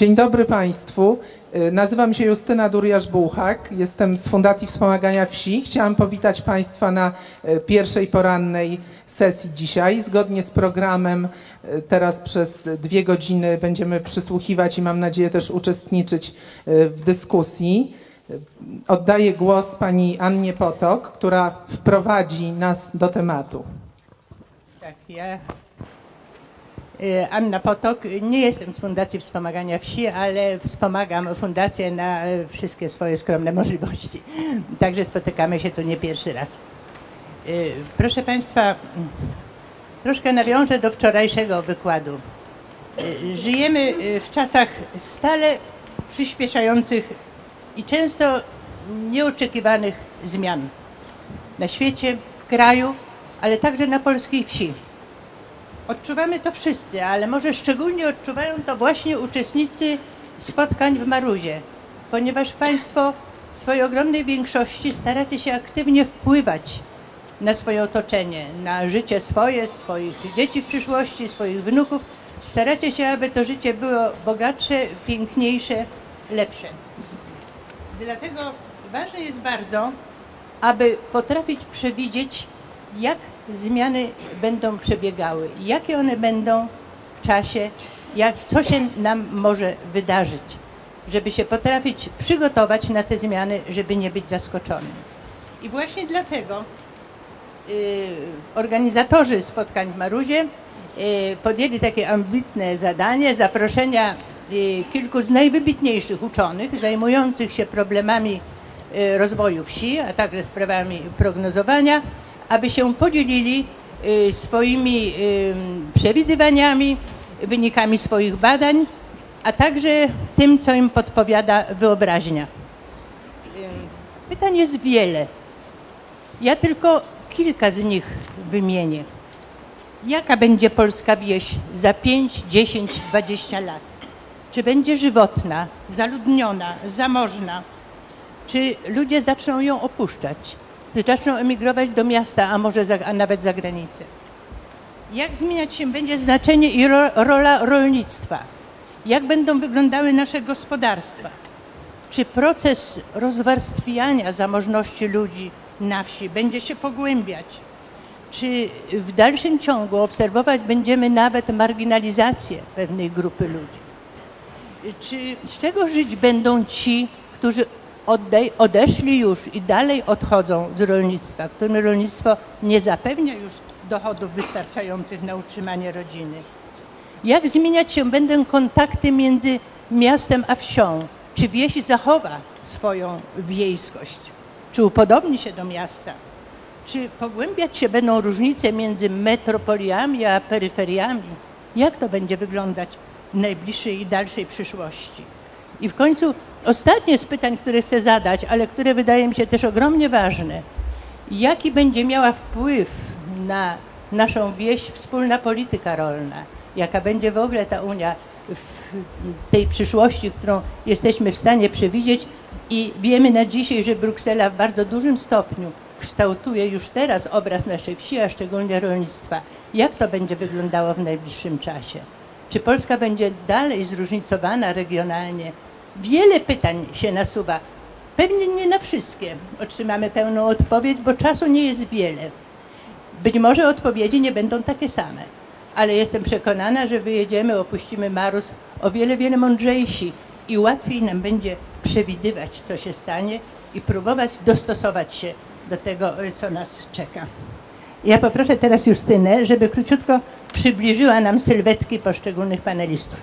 Dzień dobry Państwu. Nazywam się Justyna Durjasz-Bułhak. Jestem z Fundacji Wspomagania Wsi. Chciałam powitać Państwa na pierwszej porannej sesji dzisiaj. Zgodnie z programem teraz przez 2 godziny będziemy przysłuchiwać i mam nadzieję też uczestniczyć w dyskusji. Oddaję głos pani Annie Potok, która wprowadzi nas do tematu. Tak, ja Anna Potok, nie jestem z Fundacji Wspomagania Wsi, ale wspomagam fundację na wszystkie swoje skromne możliwości. Także spotykamy się tu nie pierwszy raz. Proszę Państwa, troszkę nawiążę do wczorajszego wykładu. Żyjemy w czasach stale przyspieszających i często nieoczekiwanych zmian na świecie, w kraju, ale także na polskiej wsi. Odczuwamy to wszyscy, ale może szczególnie odczuwają to właśnie uczestnicy spotkań w Maruzie, ponieważ Państwo w swojej ogromnej większości staracie się aktywnie wpływać na swoje otoczenie, na życie swoje, swoich dzieci w przyszłości, swoich wnuków. Staracie się, aby to życie było bogatsze, piękniejsze, lepsze. Dlatego ważne jest bardzo, aby potrafić przewidzieć, jak zmiany będą przebiegały, jakie one będą w czasie, co się nam może wydarzyć, żeby się potrafić przygotować na te zmiany, żeby nie być zaskoczonym. I właśnie dlatego organizatorzy spotkań w Maruzie podjęli takie ambitne zadanie zaproszenia kilku z najwybitniejszych uczonych zajmujących się problemami rozwoju wsi, a także sprawami prognozowania, aby się podzielili swoimi przewidywaniami, wynikami swoich badań, a także tym, co im podpowiada wyobraźnia. Pytań jest wiele. Ja tylko kilka z nich wymienię. Jaka będzie polska wieś za 5, 10, 20 lat? Czy będzie żywotna, zaludniona, zamożna? Czy ludzie zaczną ją opuszczać? Zaczną emigrować do miasta, a nawet za granicę. Jak zmieniać się będzie znaczenie i rola rolnictwa? Jak będą wyglądały nasze gospodarstwa? Czy proces rozwarstwiania zamożności ludzi na wsi będzie się pogłębiać? Czy w dalszym ciągu obserwować będziemy nawet marginalizację pewnej grupy ludzi? Z czego żyć będą ci, którzy odeszli już i dalej odchodzą z rolnictwa, którym rolnictwo nie zapewnia już dochodów wystarczających na utrzymanie rodziny? Jak zmieniać się będą kontakty między miastem a wsią? Czy wieś zachowa swoją wiejskość? Czy upodobni się do miasta? Czy pogłębiać się będą różnice między metropoliami a peryferiami? Jak to będzie wyglądać w najbliższej i dalszej przyszłości? I w końcu ostatnie z pytań, które chcę zadać, ale które wydaje mi się też ogromnie ważne. Jaki będzie miała wpływ na naszą wieś wspólna polityka rolna? Jaka będzie w ogóle ta Unia w tej przyszłości, którą jesteśmy w stanie przewidzieć i wiemy na dzisiaj, że Bruksela w bardzo dużym stopniu kształtuje już teraz obraz naszej wsi, a szczególnie rolnictwa. Jak to będzie wyglądało w najbliższym czasie? Czy Polska będzie dalej zróżnicowana regionalnie? Wiele pytań się nasuwa. Pewnie nie na wszystkie otrzymamy pełną odpowiedź, bo czasu nie jest wiele. Być może odpowiedzi nie będą takie same, ale jestem przekonana, że wyjedziemy, opuścimy Marus o wiele, wiele mądrzejsi i łatwiej nam będzie przewidywać, co się stanie i próbować dostosować się do tego, co nas czeka. Ja poproszę teraz Justynę, żeby króciutko przybliżyła nam sylwetki poszczególnych panelistów.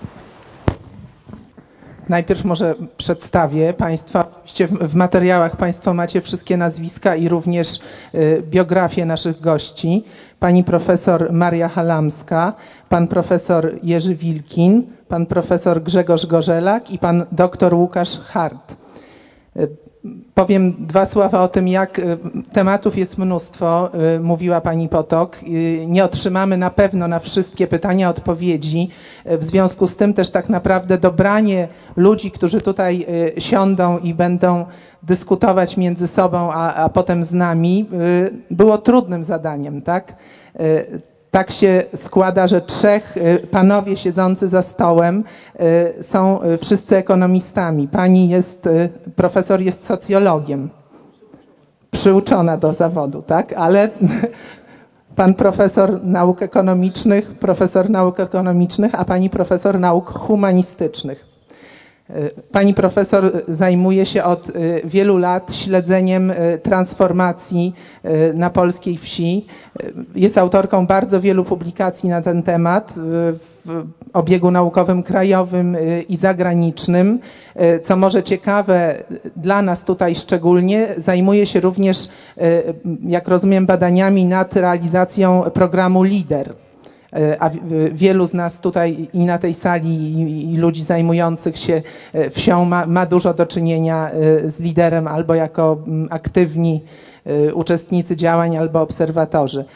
Najpierw może przedstawię Państwa. Oczywiście w materiałach Państwo macie wszystkie nazwiska i również biografię naszych gości. Pani profesor Maria Halamska, pan profesor Jerzy Wilkin, pan profesor Grzegorz Gorzelak i pan doktor Łukasz Hart. Powiem 2 słowa o tym, jak tematów jest mnóstwo, mówiła pani Potok. Nie otrzymamy na pewno na wszystkie pytania odpowiedzi. W związku z tym też tak naprawdę dobranie ludzi, którzy tutaj siądą i będą dyskutować między sobą, a potem z nami, było trudnym zadaniem, tak? Tak się składa, że trzech panowie siedzący za stołem są wszyscy ekonomistami. Pani profesor jest socjologiem, przyuczona do zawodu, tak? Ale pan profesor nauk ekonomicznych, a pani profesor nauk humanistycznych. Pani profesor zajmuje się od wielu lat śledzeniem transformacji na polskiej wsi. Jest autorką bardzo wielu publikacji na ten temat w obiegu naukowym krajowym i zagranicznym. Co może ciekawe dla nas tutaj szczególnie, zajmuje się również, jak rozumiem, badaniami nad realizacją programu LIDER. A wielu z nas tutaj i na tej sali i ludzi zajmujących się wsią ma dużo do czynienia z liderem albo jako aktywni uczestnicy działań, albo obserwatorzy.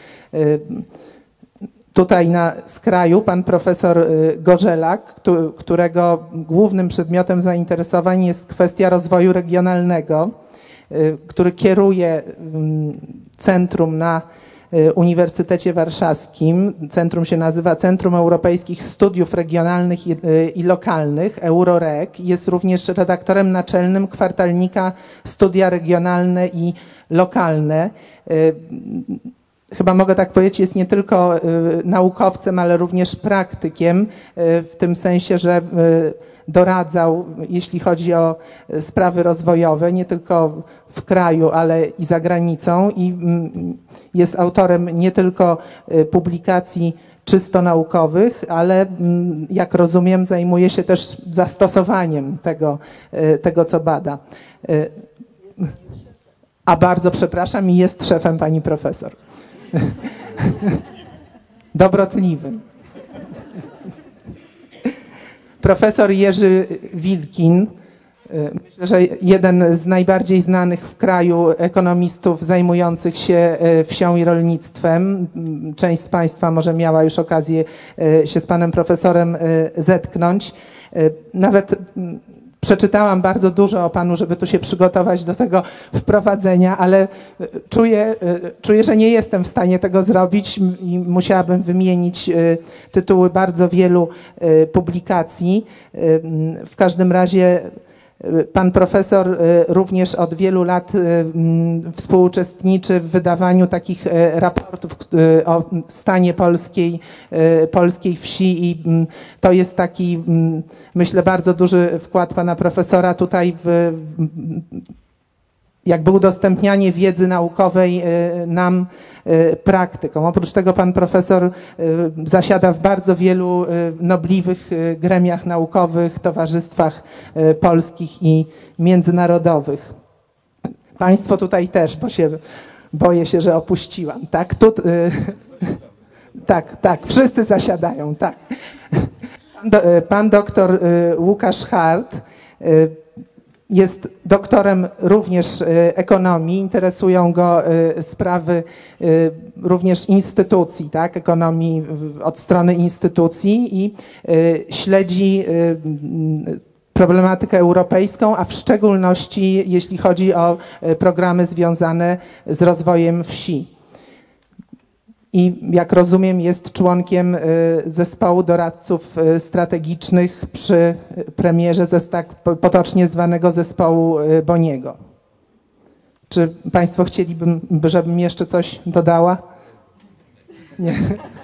Tutaj na skraju pan profesor Gorzelak, którego głównym przedmiotem zainteresowań jest kwestia rozwoju regionalnego, który kieruje centrum na Uniwersytecie Warszawskim. Centrum się nazywa Centrum Europejskich Studiów Regionalnych i Lokalnych, EuroReg. Jest również redaktorem naczelnym kwartalnika Studia Regionalne i Lokalne. Chyba mogę tak powiedzieć, jest nie tylko naukowcem, ale również praktykiem, w tym sensie, że doradzał, jeśli chodzi o sprawy rozwojowe, nie tylko w kraju, ale i za granicą, i jest autorem nie tylko publikacji czysto naukowych, ale jak rozumiem, zajmuje się też zastosowaniem tego co bada. A bardzo przepraszam, i jest szefem pani profesor. Dobrotliwym. Profesor Jerzy Wilkin, myślę, że jeden z najbardziej znanych w kraju ekonomistów zajmujących się wsią i rolnictwem. Część z Państwa może miała już okazję się z panem profesorem zetknąć. Nawet przeczytałam bardzo dużo o panu, żeby tu się przygotować do tego wprowadzenia, ale czuję, że nie jestem w stanie tego zrobić i musiałabym wymienić tytuły bardzo wielu publikacji. W każdym razie pan profesor również od wielu lat współuczestniczy w wydawaniu takich raportów o stanie polskiej wsi, i to jest taki, myślę, bardzo duży wkład pana profesora tutaj w jakby udostępnianie wiedzy naukowej nam, praktykom. Oprócz tego pan profesor zasiada w bardzo wielu nobliwych gremiach naukowych, towarzystwach polskich i międzynarodowych. Państwo tutaj też, bo boję się, że opuściłam. Tak, tak, wszyscy zasiadają, tak. Pan doktor Łukasz Hart jest doktorem również ekonomii, interesują go sprawy również instytucji, tak, ekonomii od strony instytucji, i śledzi problematykę europejską, a w szczególności jeśli chodzi o programy związane z rozwojem wsi. I jak rozumiem, jest członkiem zespołu doradców strategicznych przy premierze tak potocznie zwanego zespołu Boniego. Czy Państwo chcieliby, żebym jeszcze coś dodała? Nie.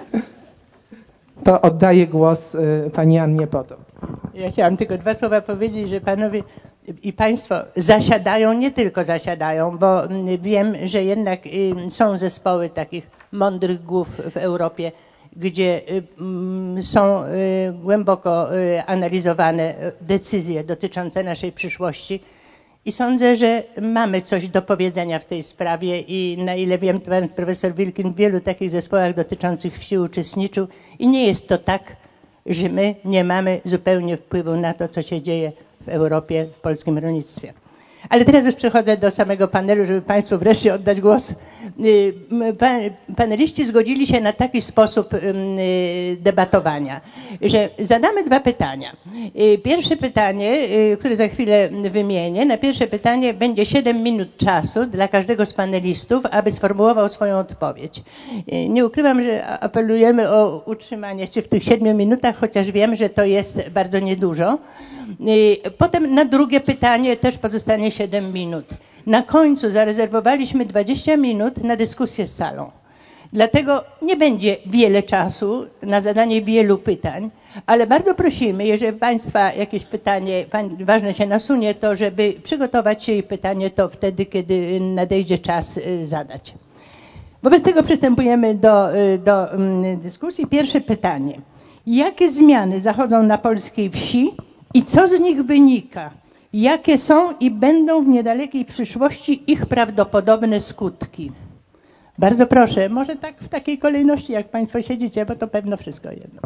To oddaję głos pani Annie Potok. Ja chciałam tylko 2 słowa powiedzieć, że panowie i państwo zasiadają, nie tylko zasiadają, bo wiem, że jednak są zespoły takich mądrych głów w Europie, gdzie są głęboko analizowane decyzje dotyczące naszej przyszłości, i sądzę, że mamy coś do powiedzenia w tej sprawie, i na ile wiem, pan profesor Wilkin w wielu takich zespołach dotyczących wsi uczestniczył, i nie jest to tak, że my nie mamy zupełnie wpływu na to, co się dzieje w Europie, w polskim rolnictwie. Ale teraz już przechodzę do samego panelu, żeby Państwu wreszcie oddać głos. Paneliści zgodzili się na taki sposób debatowania, że zadamy dwa pytania. Pierwsze pytanie, które za chwilę wymienię, na pierwsze pytanie będzie 7 minut czasu dla każdego z panelistów, aby sformułował swoją odpowiedź. Nie ukrywam, że apelujemy o utrzymanie się w tych 7 minutach, chociaż wiem, że to jest bardzo niedużo. Potem na drugie pytanie też pozostanie 7 minut. Na końcu zarezerwowaliśmy 20 minut na dyskusję z salą. Dlatego nie będzie wiele czasu na zadanie wielu pytań, ale bardzo prosimy, jeżeli Państwa jakieś pytanie ważne się nasunie, to żeby przygotować się i pytanie to wtedy, kiedy nadejdzie czas zadać. Wobec tego przystępujemy do dyskusji. Pierwsze pytanie. Jakie zmiany zachodzą na polskiej wsi i co z nich wynika? Jakie są i będą w niedalekiej przyszłości ich prawdopodobne skutki? Bardzo proszę, może tak w takiej kolejności, jak Państwo siedzicie, bo to pewno wszystko jedno.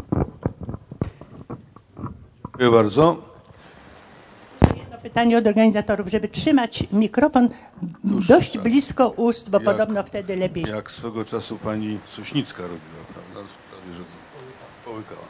Dziękuję bardzo. Jedno pytanie od organizatorów, żeby trzymać mikrofon dość tak. blisko ust, bo podobno wtedy lepiej. Jak swego czasu pani Sośnicka robiła, prawda? Prawie, że połykała.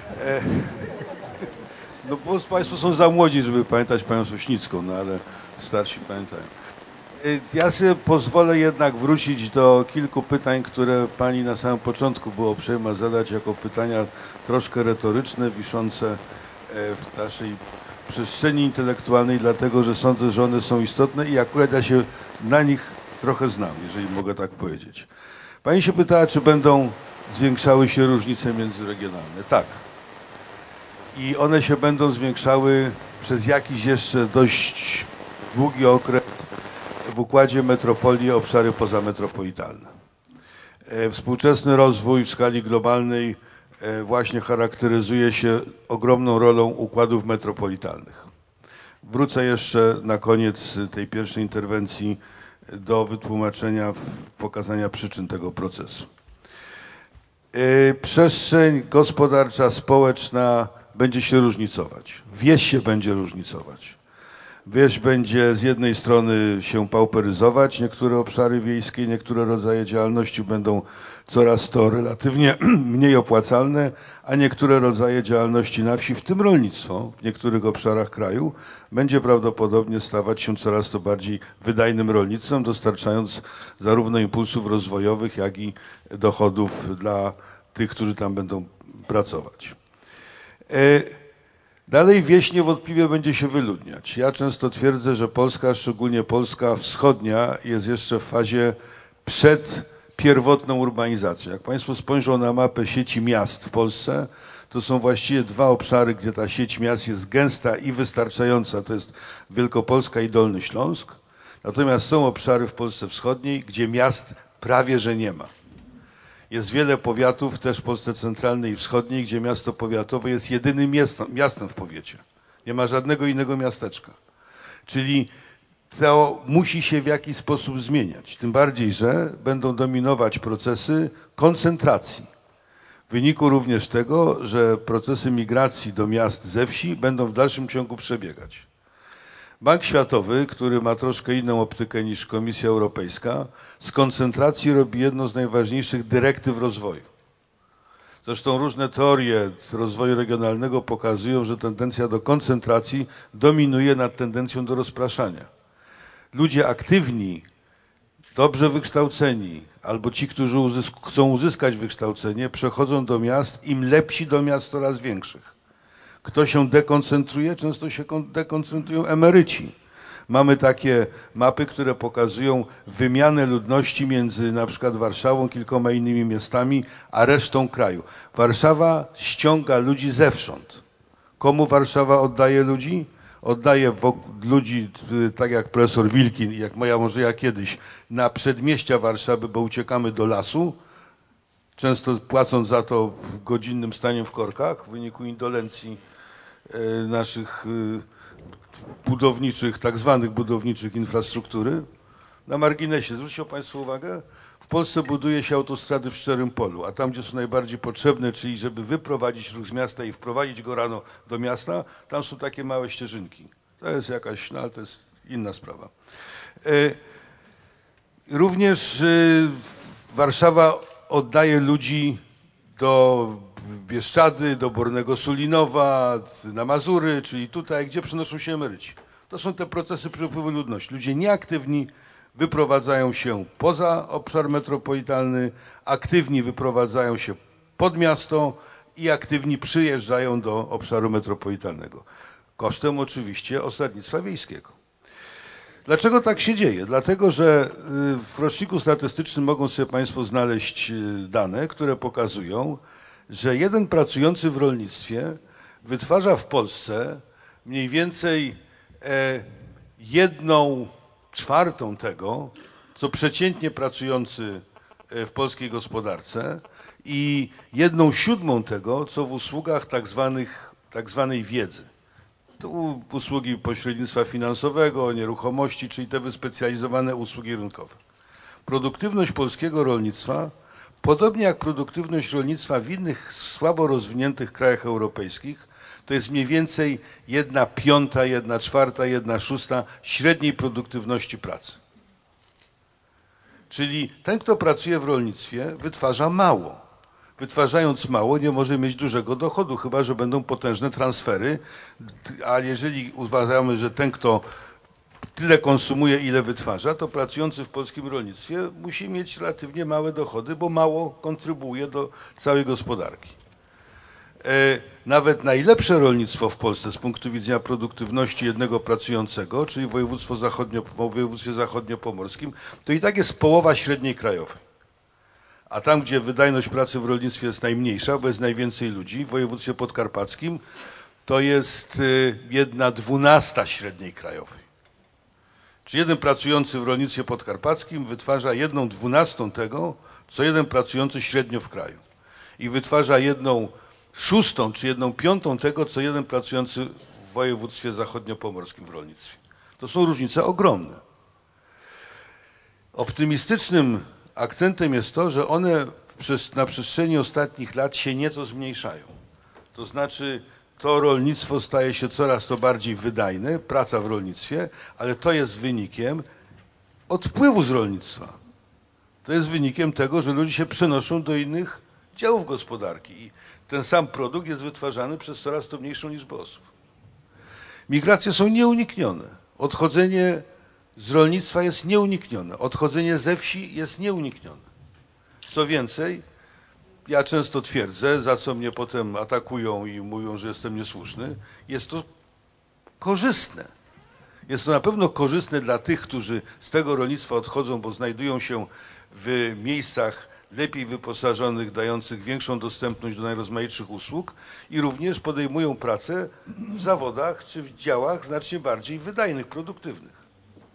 No bo Państwo są za młodzi, żeby pamiętać panią Sośnicką, no ale starsi pamiętają. Ja sobie pozwolę jednak wrócić do kilku pytań, które pani na samym początku było uprzejma zadać jako pytania troszkę retoryczne, wiszące w naszej przestrzeni intelektualnej, dlatego że sądzę, że one są istotne i akurat ja się na nich trochę znam, jeżeli mogę tak powiedzieć. Pani się pytała, czy będą zwiększały się różnice międzyregionalne. Tak. I one się będą zwiększały przez jakiś jeszcze dość długi okres w układzie metropolii o obszary pozametropolitalne. Współczesny rozwój w skali globalnej właśnie charakteryzuje się ogromną rolą układów metropolitalnych. Wrócę jeszcze na koniec tej pierwszej interwencji do wytłumaczenia, pokazania przyczyn tego procesu. Przestrzeń gospodarcza, społeczna będzie się różnicować. Wieś się będzie różnicować. Wieś będzie z jednej strony się pauperyzować, niektóre obszary wiejskie, niektóre rodzaje działalności będą coraz to relatywnie mniej opłacalne, a niektóre rodzaje działalności na wsi, w tym rolnictwo w niektórych obszarach kraju, będzie prawdopodobnie stawać się coraz to bardziej wydajnym rolnictwem, dostarczając zarówno impulsów rozwojowych, jak i dochodów dla tych, którzy tam będą pracować. Dalej wieś niewątpliwie będzie się wyludniać. Ja często twierdzę, że Polska, szczególnie Polska wschodnia, jest jeszcze w fazie przed pierwotną urbanizacją. Jak Państwo spojrzą na mapę sieci miast w Polsce, to są właściwie dwa obszary, gdzie ta sieć miast jest gęsta i wystarczająca. To jest Wielkopolska i Dolny Śląsk. Natomiast są obszary w Polsce wschodniej, gdzie miast prawie że nie ma. Jest wiele powiatów, też w Polsce centralnej i wschodniej, gdzie miasto powiatowe jest jedynym miastem w powiecie. Nie ma żadnego innego miasteczka. Czyli to musi się w jakiś sposób zmieniać. Tym bardziej, że będą dominować procesy koncentracji. W wyniku również tego, że procesy migracji do miast ze wsi będą w dalszym ciągu przebiegać. Bank Światowy, który ma troszkę inną optykę niż Komisja Europejska, z koncentracji robi jedną z najważniejszych dyrektyw rozwoju. Zresztą różne teorie z rozwoju regionalnego pokazują, że tendencja do koncentracji dominuje nad tendencją do rozpraszania. Ludzie aktywni, dobrze wykształceni, albo ci, którzy chcą uzyskać wykształcenie, przechodzą do miast, im lepsi do miast coraz większych. Kto się dekoncentruje? Często się dekoncentrują emeryci. Mamy takie mapy, które pokazują wymianę ludności między na przykład Warszawą, kilkoma innymi miastami, a resztą kraju. Warszawa ściąga ludzi zewsząd. Komu Warszawa oddaje ludzi? Oddaje ludzi, tak jak profesor Wilkin, jak może ja kiedyś, na przedmieścia Warszawy, bo uciekamy do lasu, często płacąc za to godzinnym staniem w korkach w wyniku indolencji naszych budowniczych, tak zwanych budowniczych infrastruktury. Na marginesie, zwróćcie Państwo uwagę, w Polsce buduje się autostrady w szczerym polu, a tam, gdzie są najbardziej potrzebne, czyli żeby wyprowadzić ruch z miasta i wprowadzić go rano do miasta, tam są takie małe ścieżynki. To jest jakaś, no ale to jest inna sprawa. Również Warszawa oddaje ludzi do Bieszczady, do Bornego Sulinowa, na Mazury, czyli tutaj, gdzie przenoszą się emeryci. To są te procesy przepływu ludności. Ludzie nieaktywni wyprowadzają się poza obszar metropolitalny, aktywni wyprowadzają się pod miasto i aktywni przyjeżdżają do obszaru metropolitalnego. Kosztem oczywiście osadnictwa wiejskiego. Dlaczego tak się dzieje? Dlatego, że w roczniku statystycznym mogą sobie Państwo znaleźć dane, które pokazują, że jeden pracujący w rolnictwie wytwarza w Polsce mniej więcej 1/4 tego, co przeciętnie pracujący w polskiej gospodarce i 1/7 tego, co w usługach tak zwanej wiedzy. To usługi pośrednictwa finansowego, nieruchomości, czyli te wyspecjalizowane usługi rynkowe. Produktywność polskiego rolnictwa, podobnie jak produktywność rolnictwa w innych słabo rozwiniętych krajach europejskich, to jest mniej więcej 1/5, 1/4, 1/6 średniej produktywności pracy. Czyli ten, kto pracuje w rolnictwie, wytwarza mało. Wytwarzając mało, nie może mieć dużego dochodu, chyba że będą potężne transfery, a jeżeli uważamy, że ten, kto tyle konsumuje, ile wytwarza, to pracujący w polskim rolnictwie musi mieć relatywnie małe dochody, bo mało kontrybuuje do całej gospodarki. Nawet najlepsze rolnictwo w Polsce z punktu widzenia produktywności jednego pracującego, czyli w województwie zachodniopomorskim, to i tak jest połowa średniej krajowej. A tam, gdzie wydajność pracy w rolnictwie jest najmniejsza, bo jest najwięcej ludzi, w województwie podkarpackim, to jest 1/12 średniej krajowej. Czy jeden pracujący w rolnictwie podkarpackim wytwarza 1/12 tego, co jeden pracujący średnio w kraju. I wytwarza 1/6 czy 1/5 tego, co jeden pracujący w województwie zachodniopomorskim w rolnictwie. To są różnice ogromne. Optymistycznym akcentem jest to, że one na przestrzeni ostatnich lat się nieco zmniejszają. To znaczy to rolnictwo staje się coraz to bardziej wydajne, praca w rolnictwie, ale to jest wynikiem odpływu z rolnictwa. To jest wynikiem tego, że ludzie się przenoszą do innych działów gospodarki i ten sam produkt jest wytwarzany przez coraz to mniejszą liczbę osób. Migracje są nieuniknione. Odchodzenie z rolnictwa jest nieuniknione. Odchodzenie ze wsi jest nieuniknione. Co więcej, ja często twierdzę, za co mnie potem atakują i mówią, że jestem niesłuszny, jest to korzystne. Jest to na pewno korzystne dla tych, którzy z tego rolnictwa odchodzą, bo znajdują się w miejscach lepiej wyposażonych, dających większą dostępność do najrozmaitszych usług i również podejmują pracę w zawodach czy w działach znacznie bardziej wydajnych, produktywnych.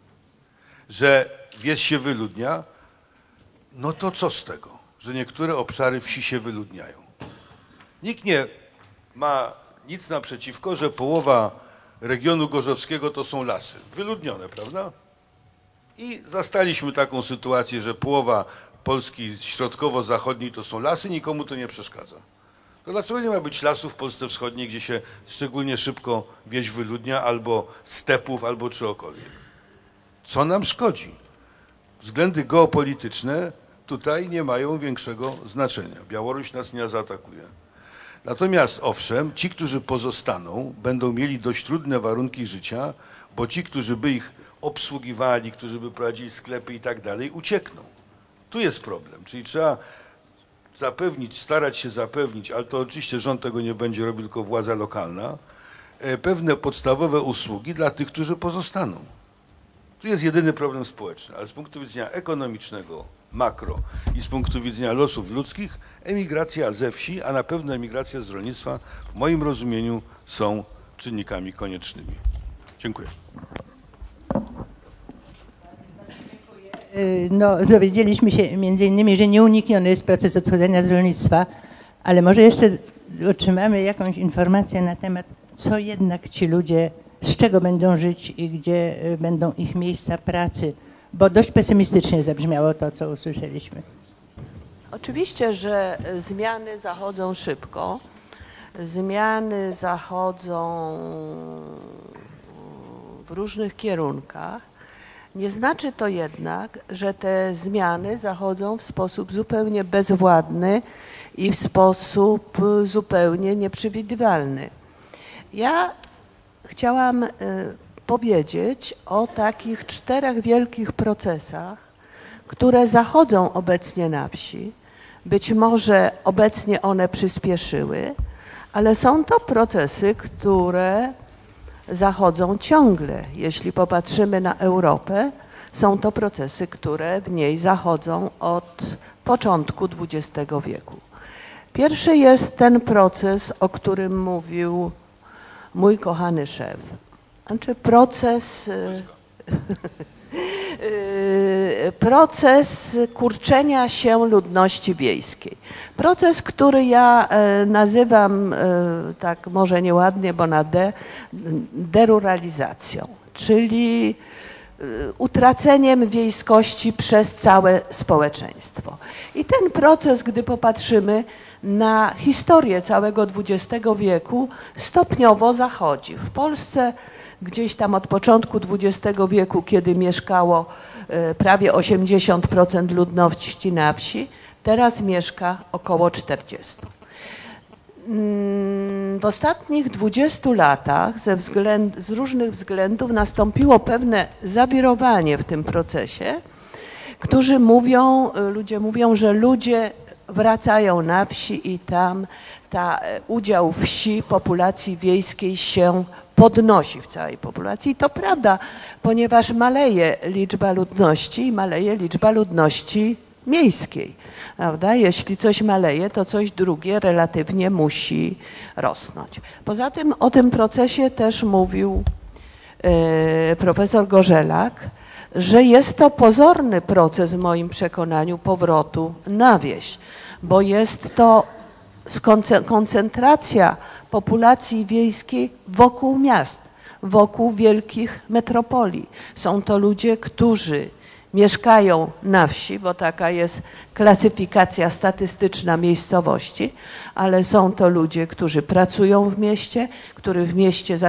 Że wieś się wyludnia, no to co z tego, że niektóre obszary wsi się wyludniają? Nikt nie ma nic naprzeciwko, że połowa regionu gorzowskiego to są lasy. Wyludnione, prawda? I zastaliśmy taką sytuację, że połowa Polski środkowo-zachodniej to są lasy, nikomu to nie przeszkadza. To dlaczego nie ma być lasów w Polsce Wschodniej, gdzie się szczególnie szybko wieś wyludnia, albo stepów, albo czegokolwiek? Co nam szkodzi? Względy geopolityczne tutaj nie mają większego znaczenia. Białoruś nas nie zaatakuje. Natomiast owszem, ci, którzy pozostaną, będą mieli dość trudne warunki życia, bo ci, którzy by ich obsługiwali, którzy by prowadzili sklepy i tak dalej, uciekną. Tu jest problem, czyli trzeba zapewnić, starać się zapewnić, ale to oczywiście rząd tego nie będzie robił, tylko władza lokalna, pewne podstawowe usługi dla tych, którzy pozostaną. Tu jest jedyny problem społeczny, ale z punktu widzenia ekonomicznego, makro i z punktu widzenia losów ludzkich, emigracja ze wsi, a na pewno emigracja z rolnictwa w moim rozumieniu są czynnikami koniecznymi. Dziękuję. No, dowiedzieliśmy się między innymi, że nieunikniony jest proces odchodzenia z rolnictwa, ale może jeszcze otrzymamy jakąś informację na temat, co jednak ci ludzie, z czego będą żyć i gdzie będą ich miejsca pracy, bo dość pesymistycznie zabrzmiało to, co usłyszeliśmy. Oczywiście, że zmiany zachodzą szybko. Zmiany zachodzą w różnych kierunkach. Nie znaczy to jednak, że te zmiany zachodzą w sposób zupełnie bezwładny i w sposób zupełnie nieprzewidywalny. Ja chciałam powiedzieć o takich 4 wielkich procesach, które zachodzą obecnie na wsi. Być może obecnie one przyspieszyły, ale są to procesy, które zachodzą ciągle. Jeśli popatrzymy na Europę, są to procesy, które w niej zachodzą od początku XX wieku. Pierwszy jest ten proces, o którym mówił mój kochany szef. Znaczy proces kurczenia się ludności wiejskiej. Proces, który ja nazywam, tak może nieładnie, bo na deruralizacją, czyli utraceniem wiejskości przez całe społeczeństwo. I ten proces, gdy popatrzymy na historię całego XX wieku, stopniowo zachodzi. W Polsce gdzieś tam od początku XX wieku, kiedy mieszkało prawie 80% ludności na wsi, teraz mieszka około 40%. W ostatnich 20 latach z różnych względów nastąpiło pewne zawirowanie w tym procesie, ludzie mówią, że ludzie wracają na wsi i tam udział wsi, populacji wiejskiej się podnosi w całej populacji. I to prawda, ponieważ maleje liczba ludności i maleje liczba ludności miejskiej. Prawda? Jeśli coś maleje, to coś drugie relatywnie musi rosnąć. Poza tym o tym procesie też mówił profesor Gorzelak, że jest to pozorny proces w moim przekonaniu powrotu na wieś, bo jest to koncentracja populacji wiejskiej wokół miast, wokół wielkich metropolii. Są to ludzie, którzy mieszkają na wsi, bo taka jest klasyfikacja statystyczna miejscowości, ale są to ludzie, którzy pracują w mieście, którzy w mieście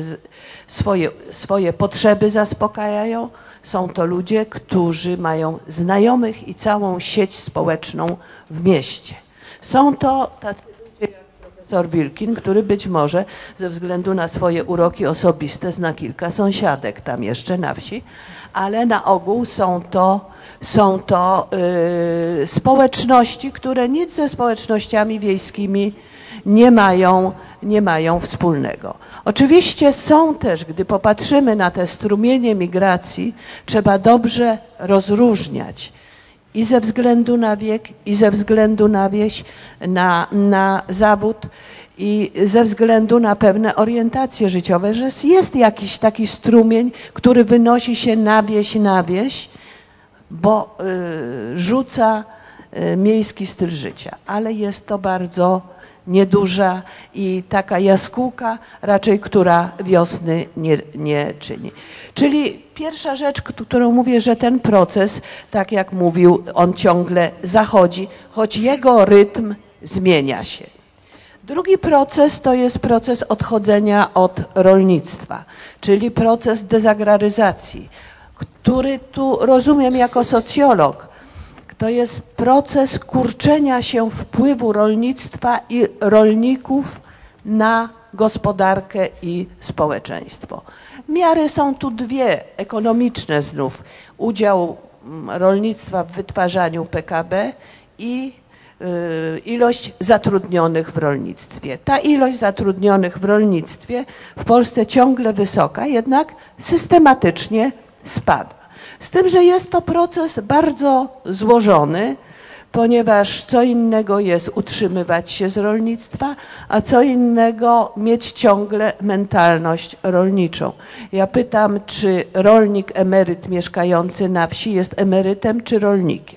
swoje potrzeby zaspokajają. Są to ludzie, którzy mają znajomych i całą sieć społeczną w mieście. Są to tacy ludzie jak profesor Wilkin, który być może ze względu na swoje uroki osobiste zna kilka sąsiadek tam jeszcze na wsi, ale na ogół są to społeczności, które nic ze społecznościami wiejskimi nie mają wspólnego. Oczywiście są też, gdy popatrzymy na te strumienie migracji, trzeba dobrze rozróżniać i ze względu na wiek, i ze względu na wieś, na zawód, i ze względu na pewne orientacje życiowe, że jest jakiś taki strumień, który wynosi się na wieś, bo rzuca miejski styl życia, ale jest to bardzo nieduża i taka jaskółka raczej, która wiosny nie czyni. Czyli pierwsza rzecz, którą mówię, że ten proces, tak jak mówił, on ciągle zachodzi, choć jego rytm zmienia się. Drugi proces to jest proces odchodzenia od rolnictwa, czyli proces dezagraryzacji, który tu rozumiem jako socjolog. To jest proces kurczenia się wpływu rolnictwa i rolników na gospodarkę i społeczeństwo. Miary są tu dwie, ekonomiczne znów. Udział rolnictwa w wytwarzaniu PKB i ilość zatrudnionych w rolnictwie. Ta ilość zatrudnionych w rolnictwie w Polsce ciągle wysoka, jednak systematycznie spada. Z tym, że jest to proces bardzo złożony, ponieważ co innego jest utrzymywać się z rolnictwa, a co innego mieć ciągle mentalność rolniczą. Ja pytam, czy rolnik emeryt mieszkający na wsi jest emerytem czy rolnikiem?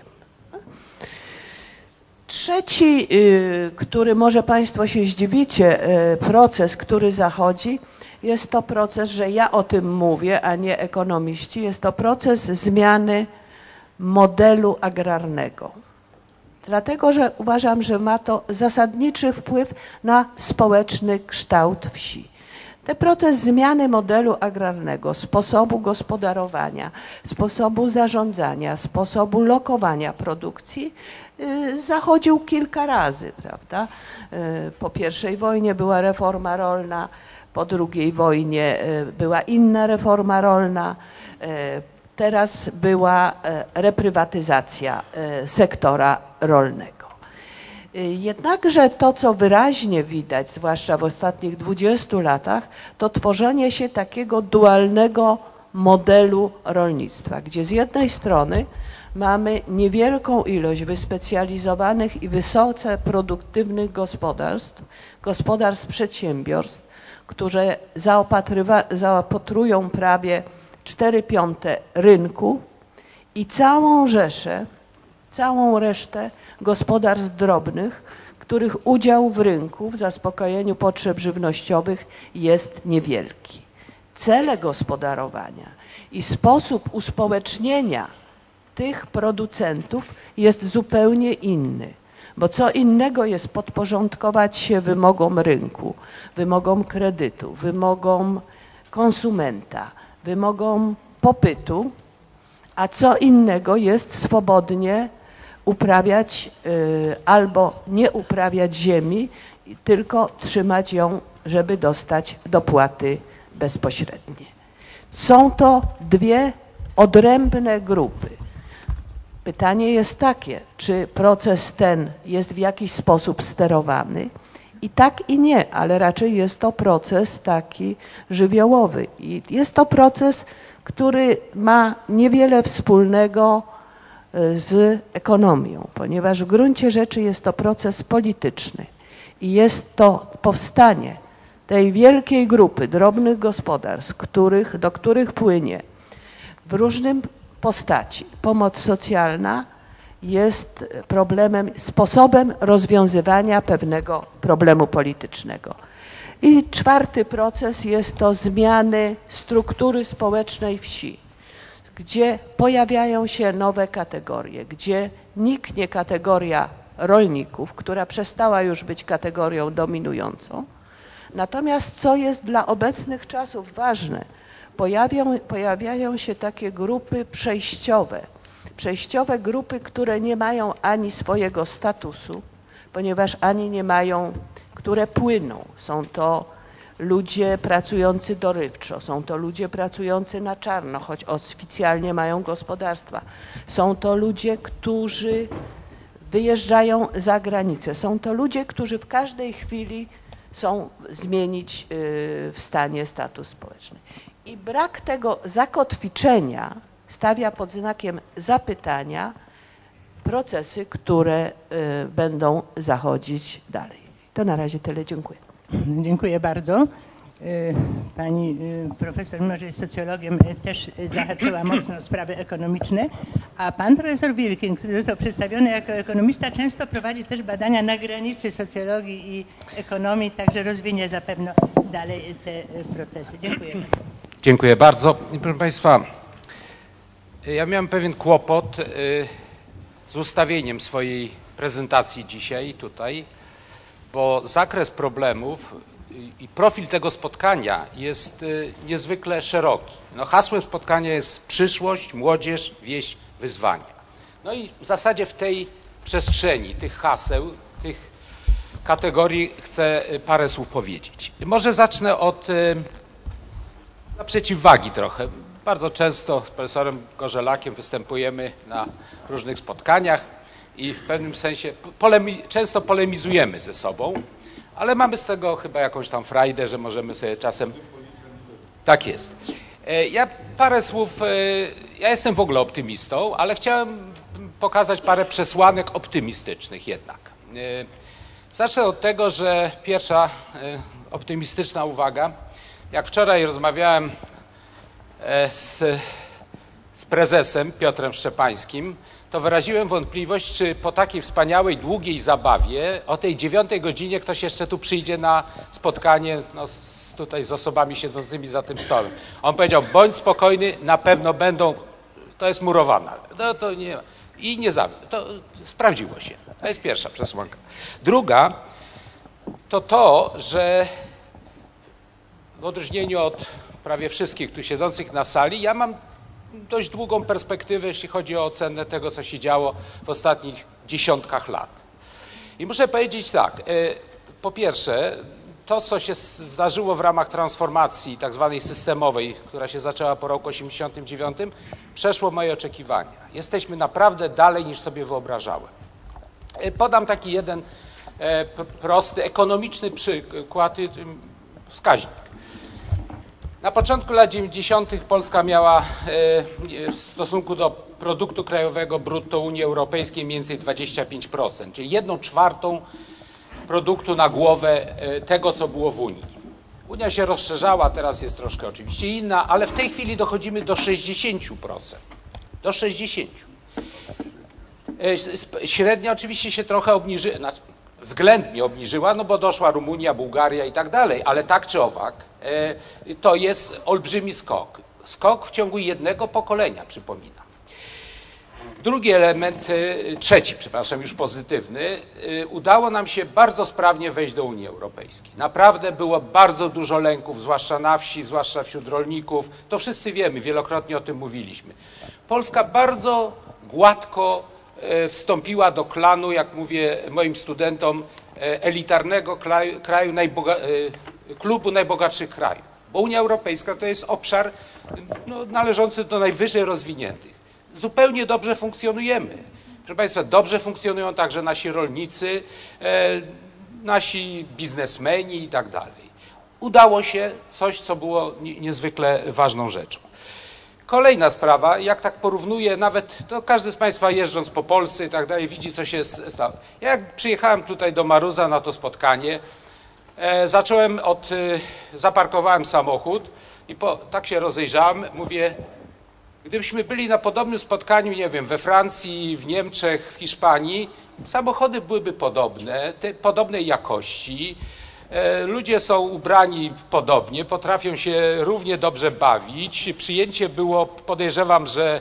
Trzeci, który może Państwo się zdziwicie, proces, który zachodzi, jest to proces, że ja o tym mówię, a nie ekonomiści, jest to proces zmiany modelu agrarnego. Dlatego, że uważam, że ma to zasadniczy wpływ na społeczny kształt wsi. Ten proces zmiany modelu agrarnego, sposobu gospodarowania, sposobu zarządzania, sposobu lokowania produkcji zachodził kilka razy, prawda? Po I wojnie była reforma rolna, po II wojnie była inna reforma rolna, teraz była reprywatyzacja sektora rolnego. Jednakże to, co wyraźnie widać, zwłaszcza w ostatnich 20 latach, to tworzenie się takiego dualnego modelu rolnictwa, gdzie z jednej strony mamy niewielką ilość wyspecjalizowanych i wysoce produktywnych gospodarstw, przedsiębiorstw, które zaopatrują prawie 4/5 rynku i całą resztę gospodarstw drobnych, których udział w rynku w zaspokojeniu potrzeb żywnościowych jest niewielki. Cele gospodarowania i sposób uspołecznienia tych producentów jest zupełnie inny, bo co innego jest podporządkować się wymogom rynku, wymogom kredytu, wymogom konsumenta, wymogom popytu, a co innego jest swobodnie uprawiać albo nie uprawiać ziemi, tylko trzymać ją, żeby dostać dopłaty bezpośrednie. Są to dwie odrębne grupy. Pytanie jest takie, czy proces ten jest w jakiś sposób sterowany? I tak i nie, ale raczej jest to proces taki żywiołowy. I jest to proces, który ma niewiele wspólnego z ekonomią, ponieważ w gruncie rzeczy jest to proces polityczny i jest to powstanie tej wielkiej grupy drobnych gospodarstw, do których płynie w różnym postaci pomoc socjalna, jest sposobem rozwiązywania pewnego problemu politycznego. I czwarty proces jest to zmiany struktury społecznej wsi, gdzie pojawiają się nowe kategorie, gdzie niknie kategoria rolników, która przestała już być kategorią dominującą. Natomiast co jest dla obecnych czasów ważne, pojawiają się takie grupy przejściowe grupy, które nie mają ani swojego statusu, ponieważ ani nie mają, które płyną. Są to ludzie pracujący dorywczo, są to ludzie pracujący na czarno, choć oficjalnie mają gospodarstwa. Są to ludzie, którzy wyjeżdżają za granicę. Są to ludzie, którzy w każdej chwili chcą zmienić w stanie status społeczny. I brak tego zakotwiczenia stawia pod znakiem zapytania procesy, które będą zachodzić dalej. To na razie tyle. Dziękuję. Dziękuję bardzo. Pani profesor, mimo że jest socjologiem, też zahaczyła mocno o sprawy ekonomiczne, a pan profesor Wilkin, który został przedstawiony jako ekonomista, często prowadzi też badania na granicy socjologii i ekonomii, także rozwinie zapewne dalej te procesy. Dziękuję. Dziękuję bardzo. Proszę Państwa, ja miałem pewien kłopot z ustawieniem swojej prezentacji dzisiaj tutaj, bo zakres problemów i profil tego spotkania jest niezwykle szeroki. No, hasłem spotkania jest przyszłość, młodzież, wieś, wyzwania. No i w zasadzie w tej przestrzeni tych haseł, tych kategorii chcę parę słów powiedzieć. Może zacznę od przeciwwagi trochę. Bardzo często z profesorem Gorzelakiem występujemy na różnych spotkaniach i w pewnym sensie często polemizujemy ze sobą, ale mamy z tego chyba jakąś tam frajdę, że możemy sobie czasem... Tak jest. Ja parę słów... Ja jestem w ogóle optymistą, ale chciałem pokazać parę przesłanek optymistycznych jednak. Zacznę od tego, że pierwsza optymistyczna uwaga. Jak wczoraj rozmawiałem z prezesem Piotrem Szczepańskim, to wyraziłem wątpliwość, czy po takiej wspaniałej, długiej zabawie o tej 9 godzinie ktoś jeszcze tu przyjdzie na spotkanie tutaj z osobami siedzącymi za tym stołem. On powiedział, bądź spokojny, na pewno będą, to jest murowana. To nie, i nie to sprawdziło się. To jest pierwsza przesłanka. Druga to, że w odróżnieniu od prawie wszystkich tu siedzących na sali, ja mam dość długą perspektywę, jeśli chodzi o ocenę tego, co się działo w ostatnich dziesiątkach lat. I muszę powiedzieć tak, po pierwsze, to, co się zdarzyło w ramach transformacji tak zwanej systemowej, która się zaczęła po roku 1989, przeszło moje oczekiwania. Jesteśmy naprawdę dalej, niż sobie wyobrażałem. Podam taki jeden prosty, ekonomiczny przykład, wskaźnik. Na początku lat 90. Polska miała w stosunku do produktu krajowego brutto Unii Europejskiej mniej więcej 25%, czyli 1/4 produktu na głowę tego, co było w Unii. Unia się rozszerzała, teraz jest troszkę oczywiście inna, ale w tej chwili dochodzimy do 60%. Do 60%. Średnia oczywiście się trochę obniżyła, względnie obniżyła, no bo doszła Rumunia, Bułgaria i tak dalej, ale tak czy owak to jest olbrzymi skok. Skok w ciągu jednego pokolenia, przypominam. Drugi element, trzeci, przepraszam, już pozytywny, udało nam się bardzo sprawnie wejść do Unii Europejskiej. Naprawdę było bardzo dużo lęków, zwłaszcza na wsi, zwłaszcza wśród rolników. To wszyscy wiemy, wielokrotnie o tym mówiliśmy. Polska bardzo gładko wstąpiła do klanu, jak mówię moim studentom, elitarnego kraju, klubu najbogatszych krajów. Bo Unia Europejska to jest obszar należący do najwyżej rozwiniętych. Zupełnie dobrze funkcjonujemy. Proszę Państwa, dobrze funkcjonują także nasi rolnicy, nasi biznesmeni i tak dalej. Udało się coś, co było niezwykle ważną rzeczą. Kolejna sprawa, jak tak porównuję, nawet to każdy z Państwa jeżdżąc po Polsce i tak dalej widzi, co się stało. Ja jak przyjechałem tutaj do Maruza na to spotkanie, zaparkowałem samochód i tak się rozejrzałem, mówię, gdybyśmy byli na podobnym spotkaniu, nie wiem, we Francji, w Niemczech, w Hiszpanii, samochody byłyby podobne, podobnej jakości, ludzie są ubrani podobnie, potrafią się równie dobrze bawić, przyjęcie było, podejrzewam, że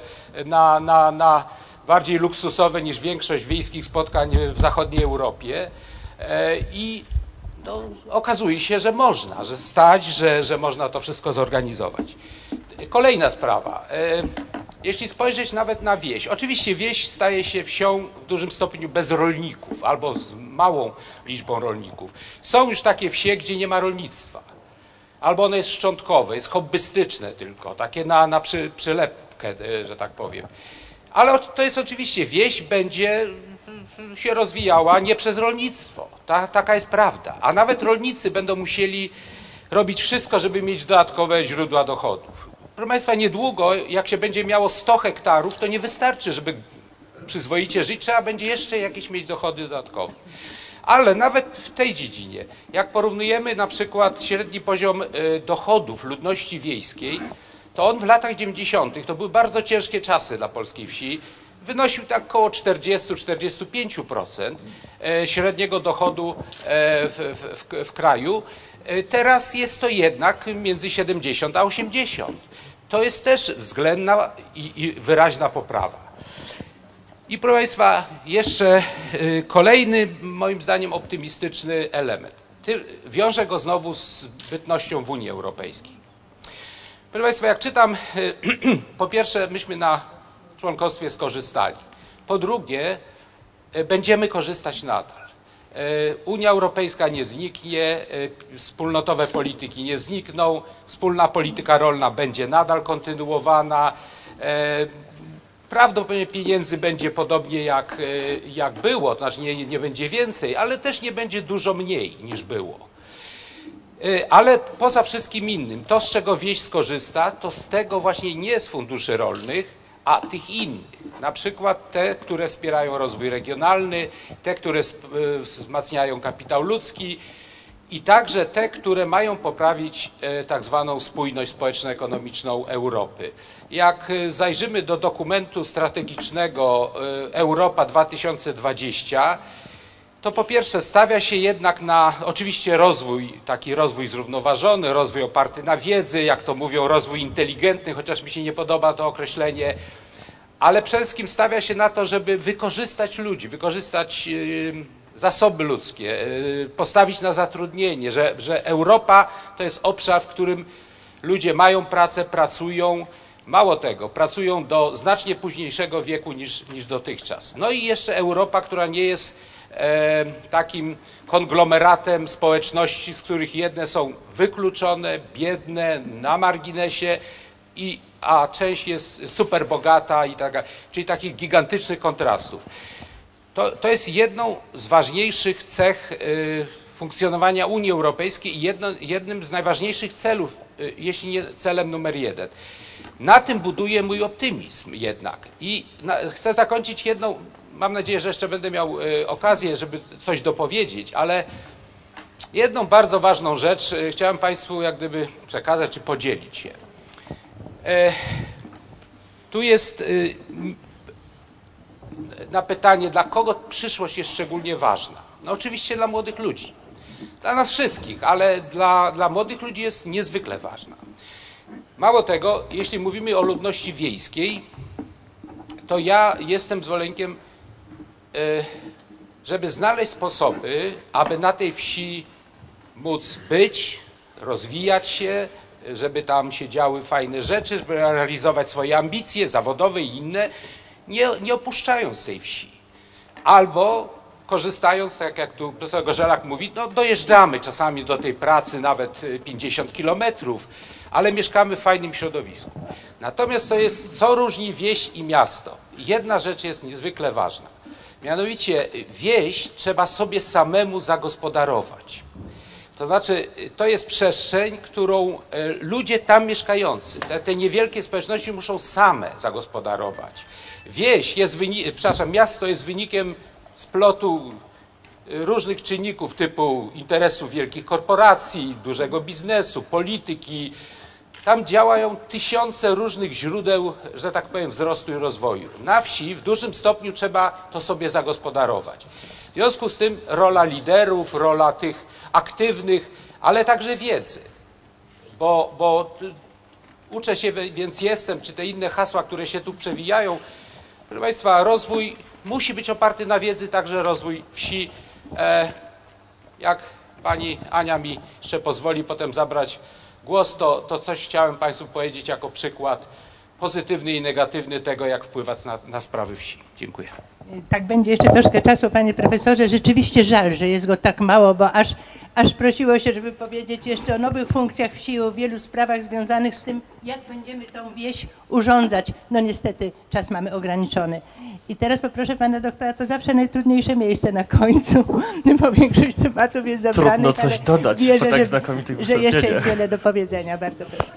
na bardziej luksusowe niż większość wiejskich spotkań w zachodniej Europie i okazuje się, że można, że stać, że można to wszystko zorganizować. Kolejna sprawa. Jeśli spojrzeć nawet na wieś, oczywiście wieś staje się wsią w dużym stopniu bez rolników albo z małą liczbą rolników. Są już takie wsie, gdzie nie ma rolnictwa. Albo ono jest szczątkowe, jest hobbystyczne tylko, takie na przylepkę, że tak powiem. Ale to jest oczywiście, wieś będzie się rozwijała nie przez rolnictwo. Taka jest prawda. A nawet rolnicy będą musieli robić wszystko, żeby mieć dodatkowe źródła dochodów. Proszę Państwa, niedługo, jak się będzie miało 100 hektarów, to nie wystarczy, żeby przyzwoicie żyć, trzeba będzie jeszcze jakieś mieć dochody dodatkowe. Ale nawet w tej dziedzinie, jak porównujemy na przykład średni poziom dochodów ludności wiejskiej, to on w latach 90. to były bardzo ciężkie czasy dla polskiej wsi, wynosił tak około 40-45% średniego dochodu w kraju. Teraz jest to jednak między 70 a 80. To jest też względna i wyraźna poprawa. I proszę Państwa, jeszcze kolejny, moim zdaniem, optymistyczny element. Wiążę go znowu z bytnością w Unii Europejskiej. Proszę Państwa, jak czytam, po pierwsze, myśmy na członkostwie skorzystali. Po drugie, będziemy korzystać nadal. Unia Europejska nie zniknie, wspólnotowe polityki nie znikną, wspólna polityka rolna będzie nadal kontynuowana. Prawdopodobnie pieniędzy będzie podobnie jak było, to znaczy nie będzie więcej, ale też nie będzie dużo mniej niż było. Ale poza wszystkim innym, to z czego wieś skorzysta, to z tego właśnie nie z funduszy rolnych, a tych innych, na przykład te, które wspierają rozwój regionalny, te, które wzmacniają kapitał ludzki i także te, które mają poprawić tak zwaną spójność społeczno-ekonomiczną Europy. Jak zajrzymy do dokumentu strategicznego Europa 2020, to po pierwsze stawia się jednak na oczywiście rozwój, taki rozwój zrównoważony, rozwój oparty na wiedzy, jak to mówią, rozwój inteligentny, chociaż mi się nie podoba to określenie, ale przede wszystkim stawia się na to, żeby wykorzystać ludzi, wykorzystać zasoby ludzkie, postawić na zatrudnienie, że Europa to jest obszar, w którym ludzie mają pracę, pracują, mało tego, pracują do znacznie późniejszego wieku niż dotychczas. No i jeszcze Europa, która nie jest takim konglomeratem społeczności, z których jedne są wykluczone, biedne, na marginesie, a część jest super bogata i taka, czyli takich gigantycznych kontrastów. To jest jedną z ważniejszych cech funkcjonowania Unii Europejskiej i jednym z najważniejszych celów, jeśli nie celem numer jeden. Na tym buduje mój optymizm jednak. I chcę zakończyć jedną, mam nadzieję, że jeszcze będę miał okazję, żeby coś dopowiedzieć, ale jedną bardzo ważną rzecz chciałem Państwu jak gdyby przekazać czy podzielić się. Tu jest na pytanie, dla kogo przyszłość jest szczególnie ważna. No oczywiście dla młodych ludzi. Dla nas wszystkich, ale dla młodych ludzi jest niezwykle ważna. Mało tego, jeśli mówimy o ludności wiejskiej, to ja jestem zwolennikiem, żeby znaleźć sposoby, aby na tej wsi móc być, rozwijać się, żeby tam się działy fajne rzeczy, żeby realizować swoje ambicje zawodowe i inne, nie opuszczając tej wsi. Albo korzystając, tak jak tu profesor Gorzelak mówi, no dojeżdżamy czasami do tej pracy nawet 50 kilometrów, ale mieszkamy w fajnym środowisku. Natomiast to jest, co różni wieś i miasto. Jedna rzecz jest niezwykle ważna. Mianowicie wieś trzeba sobie samemu zagospodarować. To znaczy, to jest przestrzeń, którą ludzie tam mieszkający, te niewielkie społeczności muszą same zagospodarować. Wieś jest miasto jest wynikiem splotu różnych czynników typu interesów wielkich korporacji, dużego biznesu, polityki. Tam działają tysiące różnych źródeł, że tak powiem, wzrostu i rozwoju. Na wsi w dużym stopniu trzeba to sobie zagospodarować. W związku z tym rola liderów, rola tych aktywnych, ale także wiedzy. Bo uczę się, więc jestem, czy te inne hasła, które się tu przewijają. Proszę Państwa, rozwój musi być oparty na wiedzy, także rozwój wsi. Jak pani Ania mi jeszcze pozwoli potem zabrać głos, to coś chciałem Państwu powiedzieć jako przykład pozytywny i negatywny tego, jak wpływać na sprawy wsi. Dziękuję. Tak będzie jeszcze troszkę czasu, panie profesorze. Rzeczywiście żal, że jest go tak mało, bo aż prosiło się, żeby powiedzieć jeszcze o nowych funkcjach wsi, o wielu sprawach związanych z tym, jak będziemy tą wieś urządzać. No niestety czas mamy ograniczony. I teraz poproszę pana doktora, to zawsze najtrudniejsze miejsce na końcu, bo większość tematów jest zabranych. Trudno coś dodać wierzę, po tak znakomitych wystąpieniach. Że jeszcze jest wiele do powiedzenia. Bardzo proszę.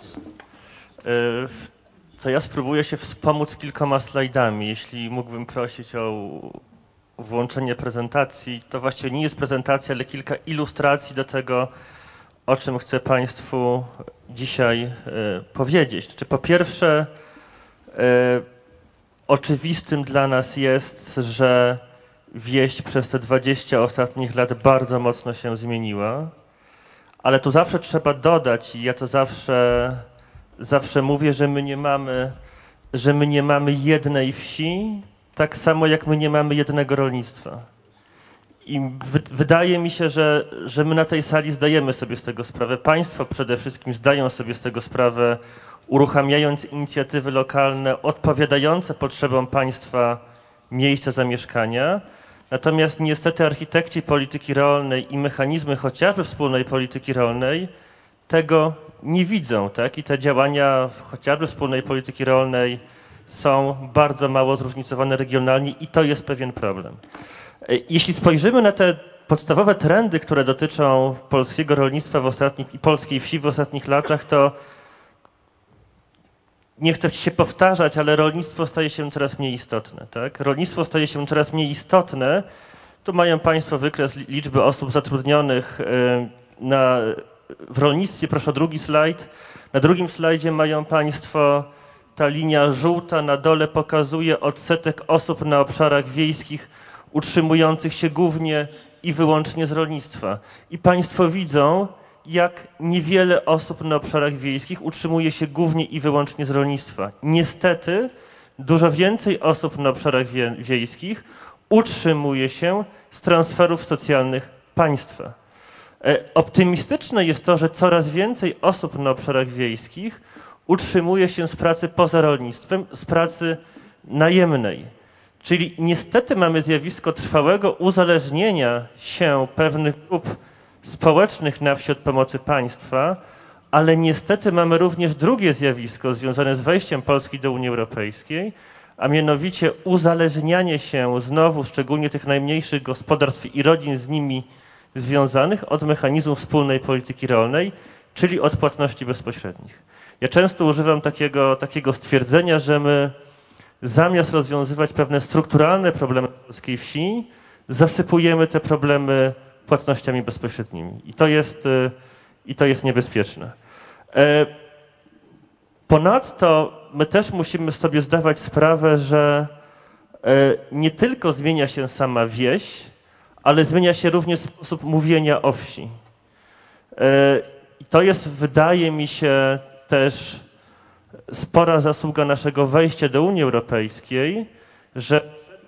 To ja spróbuję się wspomóc kilkoma slajdami. Jeśli mógłbym prosić o włączenie prezentacji, to właściwie nie jest prezentacja, ale kilka ilustracji do tego, o czym chcę Państwu dzisiaj powiedzieć. Po pierwsze, oczywistym dla nas jest, że wieś przez te 20 ostatnich lat bardzo mocno się zmieniła, ale tu zawsze trzeba dodać, i ja to zawsze mówię, że my nie mamy jednej wsi, tak samo jak my nie mamy jednego rolnictwa. I wydaje mi się, że my na tej sali zdajemy sobie z tego sprawę. Państwo przede wszystkim zdają sobie z tego sprawę, uruchamiając inicjatywy lokalne odpowiadające potrzebom państwa miejsca zamieszkania. Natomiast niestety architekci polityki rolnej i mechanizmy chociażby wspólnej polityki rolnej tego nie widzą, tak? I te działania chociażby wspólnej polityki rolnej są bardzo mało zróżnicowane regionalnie i to jest pewien problem. Jeśli spojrzymy na te podstawowe trendy, które dotyczą polskiego rolnictwa i polskiej wsi w ostatnich latach, to nie chcę się powtarzać, ale rolnictwo staje się coraz mniej istotne. Tak? Rolnictwo staje się coraz mniej istotne. Tu mają Państwo wykres liczby osób zatrudnionych w rolnictwie. Proszę o drugi slajd. Na drugim slajdzie mają Państwo, ta linia żółta na dole pokazuje odsetek osób na obszarach wiejskich utrzymujących się głównie i wyłącznie z rolnictwa. I Państwo widzą, jak niewiele osób na obszarach wiejskich utrzymuje się głównie i wyłącznie z rolnictwa. Niestety dużo więcej osób na obszarach wiejskich utrzymuje się z transferów socjalnych państwa. Optymistyczne jest to, że coraz więcej osób na obszarach wiejskich utrzymuje się z pracy poza rolnictwem, z pracy najemnej. Czyli niestety mamy zjawisko trwałego uzależnienia się pewnych grup społecznych na wsi od pomocy państwa, ale niestety mamy również drugie zjawisko związane z wejściem Polski do Unii Europejskiej, a mianowicie uzależnianie się znowu, szczególnie tych najmniejszych gospodarstw i rodzin z nimi związanych od mechanizmu wspólnej polityki rolnej, czyli od płatności bezpośrednich. Ja często używam takiego stwierdzenia, że my zamiast rozwiązywać pewne strukturalne problemy polskiej wsi, zasypujemy te problemy płatnościami bezpośrednimi. I to jest niebezpieczne. Ponadto my też musimy sobie zdawać sprawę, że nie tylko zmienia się sama wieś, ale zmienia się również sposób mówienia o wsi. I to jest, wydaje mi się, też spora zasługa naszego wejścia do Unii Europejskiej, że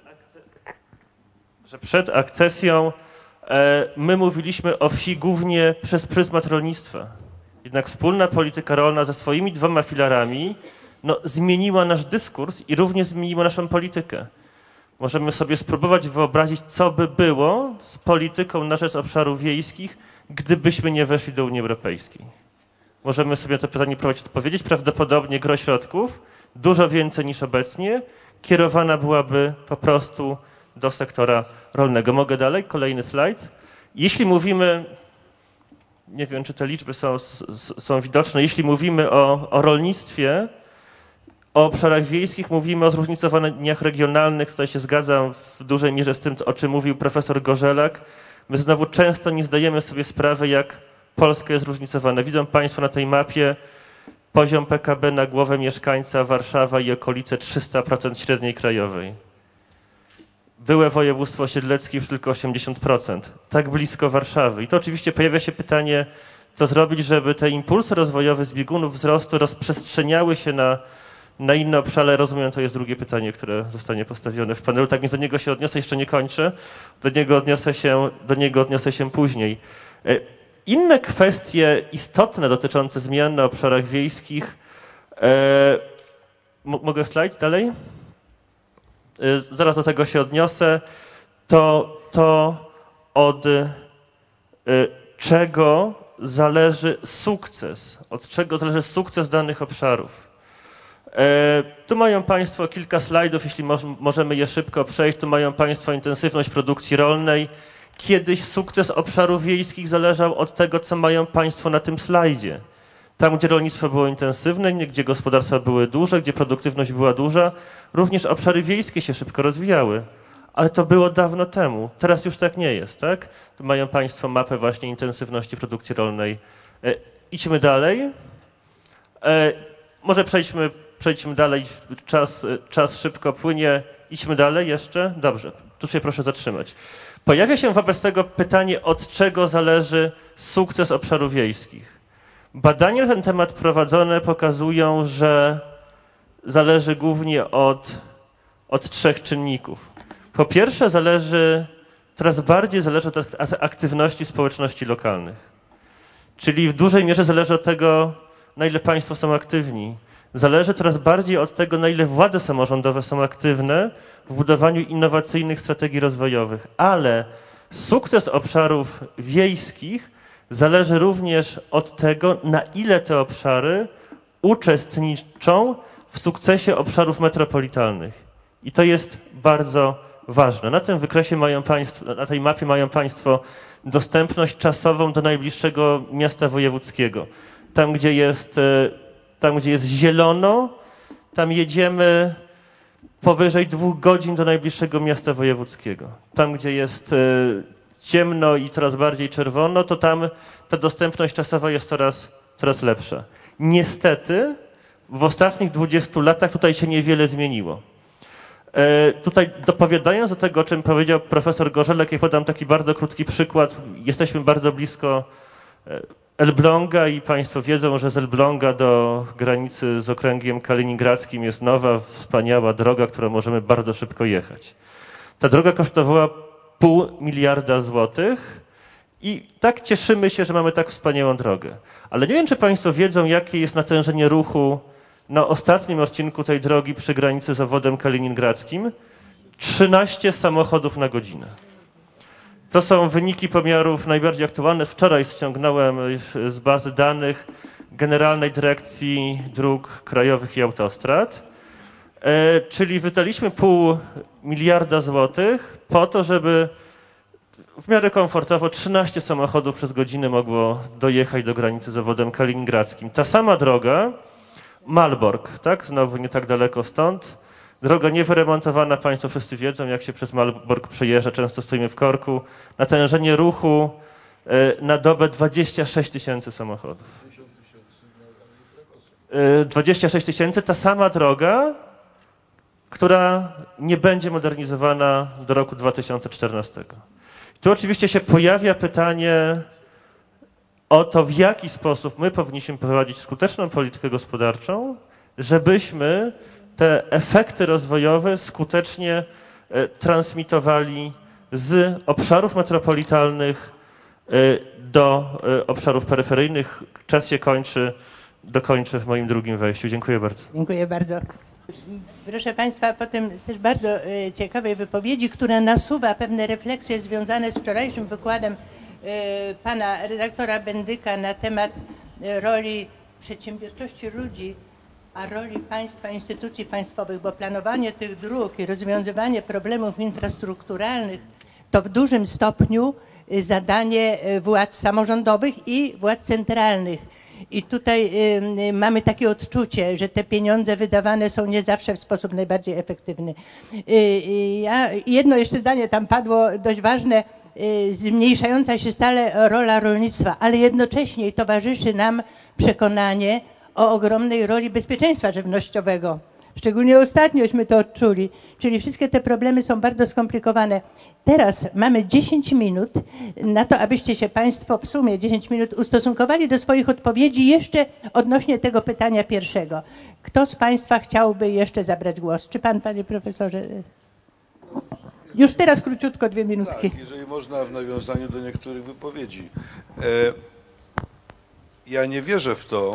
przed akcesją my mówiliśmy o wsi głównie przez pryzmat rolnictwa. Jednak wspólna polityka rolna ze swoimi 2 filarami zmieniła nasz dyskurs i również zmieniła naszą politykę. Możemy sobie spróbować wyobrazić, co by było z polityką na rzecz obszarów wiejskich, gdybyśmy nie weszli do Unii Europejskiej. Możemy sobie na to pytanie próbować odpowiedzieć. Prawdopodobnie gro środków, dużo więcej niż obecnie, kierowana byłaby po prostu do sektora rolnego. Mogę dalej? Kolejny slajd. Jeśli mówimy, nie wiem, czy te liczby są widoczne, jeśli mówimy o rolnictwie, o obszarach wiejskich, mówimy o zróżnicowaniach regionalnych. Tutaj się zgadzam w dużej mierze z tym, o czym mówił profesor Gorzelak. My znowu często nie zdajemy sobie sprawy, jak Polska jest zróżnicowana. Widzą Państwo na tej mapie poziom PKB na głowę mieszkańca Warszawa i okolice 300% średniej krajowej. Byłe województwo osiedleckie już tylko 80%. Tak blisko Warszawy. I to oczywiście pojawia się pytanie, co zrobić, żeby te impulsy rozwojowe z biegunów wzrostu rozprzestrzeniały się na inne obszary. Rozumiem, to jest drugie pytanie, które zostanie postawione w panelu. Tak więc do niego się odniosę, jeszcze nie kończę. Do niego odniosę się później. Inne kwestie istotne dotyczące zmian na obszarach wiejskich. Mogę slajd dalej? Zaraz do tego się odniosę. To od czego zależy sukces? Od czego zależy sukces danych obszarów? Tu mają Państwo kilka slajdów, jeśli możemy je szybko przejść. Tu mają Państwo intensywność produkcji rolnej. Kiedyś sukces obszarów wiejskich zależał od tego, co mają Państwo na tym slajdzie. Tam, gdzie rolnictwo było intensywne, gdzie gospodarstwa były duże, gdzie produktywność była duża, również obszary wiejskie się szybko rozwijały. Ale to było dawno temu. Teraz już tak nie jest, tak? Tu mają Państwo mapę właśnie intensywności produkcji rolnej. Idźmy dalej. Może przejdźmy dalej. Czas szybko płynie. Idźmy dalej jeszcze. Dobrze, tu się proszę zatrzymać. Pojawia się wobec tego pytanie, od czego zależy sukces obszarów wiejskich. Badania na ten temat prowadzone pokazują, że zależy głównie od 3 czynników. Po pierwsze, coraz bardziej zależy od aktywności społeczności lokalnych. Czyli w dużej mierze zależy od tego, na ile państwo są aktywni. Zależy coraz bardziej od tego, na ile władze samorządowe są aktywne w budowaniu innowacyjnych strategii rozwojowych. Ale sukces obszarów wiejskich zależy również od tego, na ile te obszary uczestniczą w sukcesie obszarów metropolitalnych. I to jest bardzo ważne. Na tym wykresie na tej mapie mają Państwo dostępność czasową do najbliższego miasta wojewódzkiego. Tam, gdzie jest zielono, tam jedziemy powyżej 2 godzin do najbliższego miasta wojewódzkiego. Tam, gdzie jest ciemno i coraz bardziej czerwono, to tam ta dostępność czasowa jest coraz lepsza. Niestety w ostatnich 20 latach tutaj się niewiele zmieniło. Tutaj dopowiadając do tego, o czym powiedział profesor Gorzelek, ja podam taki bardzo krótki przykład. Jesteśmy bardzo blisko Elbląga i Państwo wiedzą, że z Elbląga do granicy z okręgiem kaliningradzkim jest nowa, wspaniała droga, którą możemy bardzo szybko jechać. Ta droga kosztowała 0,5 miliarda złotych i tak cieszymy się, że mamy tak wspaniałą drogę. Ale nie wiem, czy Państwo wiedzą, jakie jest natężenie ruchu na ostatnim odcinku tej drogi przy granicy z obwodem kaliningradzkim. 13 samochodów na godzinę. To są wyniki pomiarów najbardziej aktualne. Wczoraj ściągnąłem z bazy danych Generalnej Dyrekcji Dróg Krajowych i Autostrad, czyli wydaliśmy 0,5 miliarda złotych po to, żeby w miarę komfortowo 13 samochodów przez godzinę mogło dojechać do granicy z obwodem kaliningradzkim. Ta sama droga, Malbork, tak? Znowu nie tak daleko stąd. Droga niewyremontowana, Państwo wszyscy wiedzą, jak się przez Malbork przejeżdża, często stoimy w korku. Natężenie ruchu na dobę 26 tysięcy samochodów. 26 tysięcy, ta sama droga, która nie będzie modernizowana do roku 2014. Tu oczywiście się pojawia pytanie o to, w jaki sposób my powinniśmy prowadzić skuteczną politykę gospodarczą, żebyśmy te efekty rozwojowe skutecznie transmitowali z obszarów metropolitalnych do obszarów peryferyjnych. Czas się kończy, dokończę w moim drugim wejściu. Dziękuję bardzo. Dziękuję bardzo. Proszę Państwa, potem też bardzo ciekawej wypowiedzi, która nasuwa pewne refleksje związane z wczorajszym wykładem pana redaktora Bendyka na temat roli przedsiębiorczości ludzi, a roli państwa, instytucji państwowych, bo planowanie tych dróg i rozwiązywanie problemów infrastrukturalnych to w dużym stopniu zadanie władz samorządowych i władz centralnych. I tutaj mamy takie odczucie, że te pieniądze wydawane są nie zawsze w sposób najbardziej efektywny. Jedno jeszcze zdanie tam padło dość ważne, zmniejszająca się stale rola rolnictwa, ale jednocześnie towarzyszy nam przekonanie o ogromnej roli bezpieczeństwa żywnościowego. Szczególnie ostatniośmy to odczuli, czyli wszystkie te problemy są bardzo skomplikowane. Teraz mamy 10 minut na to, abyście się Państwo w sumie 10 minut ustosunkowali do swoich odpowiedzi jeszcze odnośnie tego pytania pierwszego. Kto z Państwa chciałby jeszcze zabrać głos? Czy Pan, Panie Profesorze? Już teraz króciutko, 2 minutki. Tak, jeżeli można, w nawiązaniu do niektórych wypowiedzi. Ja nie wierzę w to,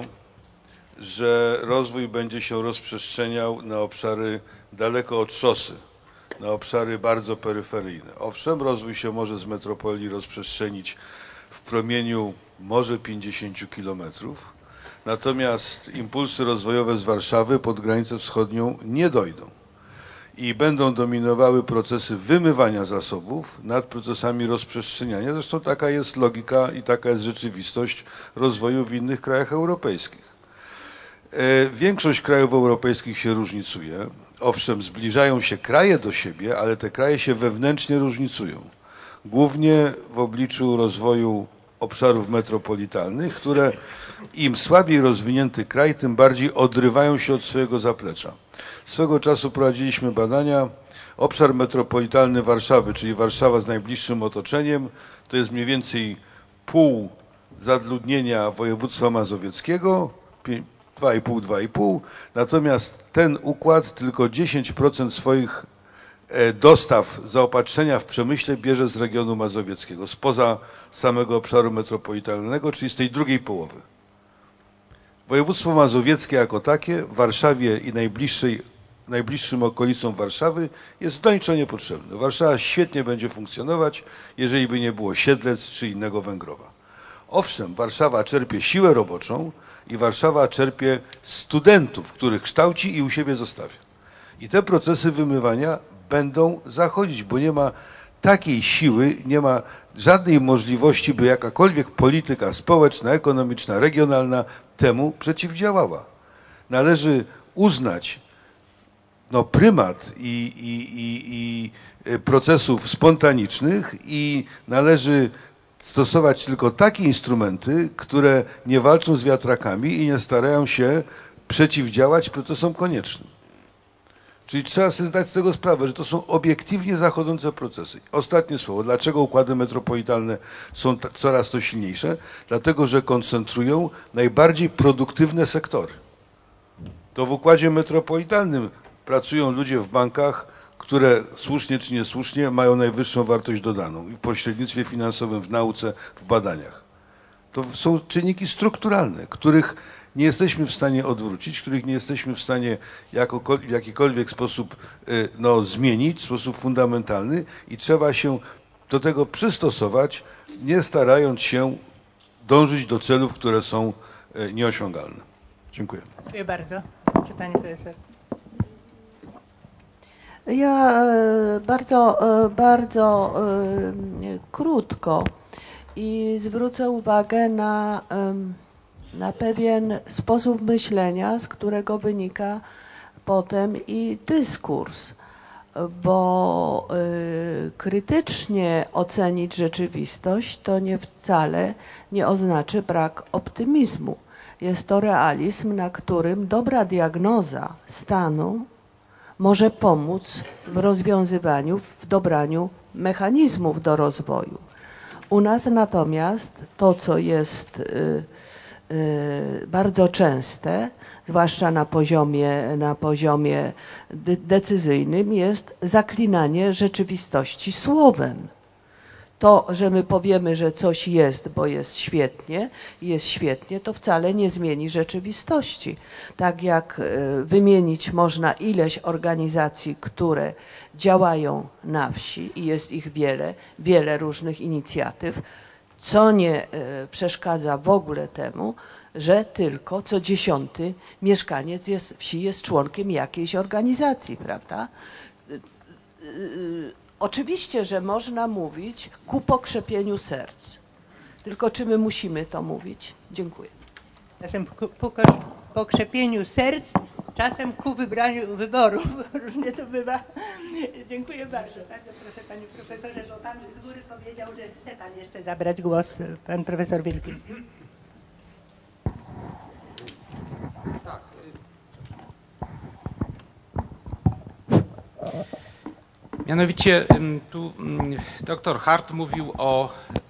że rozwój będzie się rozprzestrzeniał na obszary daleko od szosy, na obszary bardzo peryferyjne. Owszem, rozwój się może z metropolii rozprzestrzenić w promieniu może 50 kilometrów, natomiast impulsy rozwojowe z Warszawy pod granicę wschodnią nie dojdą i będą dominowały procesy wymywania zasobów nad procesami rozprzestrzeniania. Zresztą taka jest logika i taka jest rzeczywistość rozwoju w innych krajach europejskich. Większość krajów europejskich się różnicuje. Owszem, zbliżają się kraje do siebie, ale te kraje się wewnętrznie różnicują. Głównie w obliczu rozwoju obszarów metropolitalnych, które im słabiej rozwinięty kraj, tym bardziej odrywają się od swojego zaplecza. Swego czasu prowadziliśmy badania. Obszar metropolitalny Warszawy, czyli Warszawa z najbliższym otoczeniem, to jest mniej więcej pół zaludnienia województwa mazowieckiego, 2,5, natomiast ten układ tylko 10% swoich dostaw zaopatrzenia w przemyśle bierze z regionu mazowieckiego, spoza samego obszaru metropolitalnego, czyli z tej drugiej połowy. Województwo mazowieckie jako takie w Warszawie i najbliższym okolicom Warszawy jest dończo niepotrzebne. Warszawa świetnie będzie funkcjonować, jeżeli by nie było Siedlec czy innego Węgrowa. Owszem, Warszawa czerpie siłę roboczą i Warszawa czerpie studentów, których kształci i u siebie zostawia. I te procesy wymywania będą zachodzić, bo nie ma takiej siły, nie ma żadnej możliwości, by jakakolwiek polityka społeczna, ekonomiczna, regionalna temu przeciwdziałała. Należy uznać prymat i procesów spontanicznych i należy stosować tylko takie instrumenty, które nie walczą z wiatrakami i nie starają się przeciwdziałać procesom koniecznym. Czyli trzeba sobie zdać z tego sprawę, że to są obiektywnie zachodzące procesy. Ostatnie słowo. Dlaczego układy metropolitalne są coraz to silniejsze? Dlatego, że koncentrują najbardziej produktywne sektory. To w układzie metropolitalnym pracują ludzie w bankach, które słusznie czy niesłusznie mają najwyższą wartość dodaną i w pośrednictwie finansowym, w nauce, w badaniach. To są czynniki strukturalne, których nie jesteśmy w stanie odwrócić, których nie jesteśmy w stanie w jakikolwiek sposób zmienić, w sposób fundamentalny i trzeba się do tego przystosować, nie starając się dążyć do celów, które są nieosiągalne. Dziękuję. Dziękuję bardzo. Czy pani profesor? Ja bardzo krótko i zwrócę uwagę na pewien sposób myślenia, z którego wynika potem i dyskurs, bo krytycznie ocenić rzeczywistość to wcale nie oznacza brak optymizmu. Jest to realizm, na którym dobra diagnoza stanu może pomóc w rozwiązywaniu, w dobraniu mechanizmów do rozwoju. U nas natomiast to, co jest bardzo częste, zwłaszcza na poziomie decyzyjnym, jest zaklinanie rzeczywistości słowem. To, że my powiemy, że coś jest, bo jest świetnie, to wcale nie zmieni rzeczywistości. Tak jak wymienić można ileś organizacji, które działają na wsi i jest ich wiele różnych inicjatyw, co nie przeszkadza w ogóle temu, że tylko co 10. mieszkaniec wsi jest członkiem jakiejś organizacji, prawda? Oczywiście, że można mówić ku pokrzepieniu serc. Tylko czy my musimy to mówić? Dziękuję. Czasem ku pokrzepieniu serc, czasem ku wybraniu wyborów. Różnie to bywa. Dziękuję bardzo. Bardzo proszę panie profesorze, bo pan z góry powiedział, że chce pan jeszcze zabrać głos. Pan profesor Wilkin. Tak. Mianowicie tu dr Hart mówił o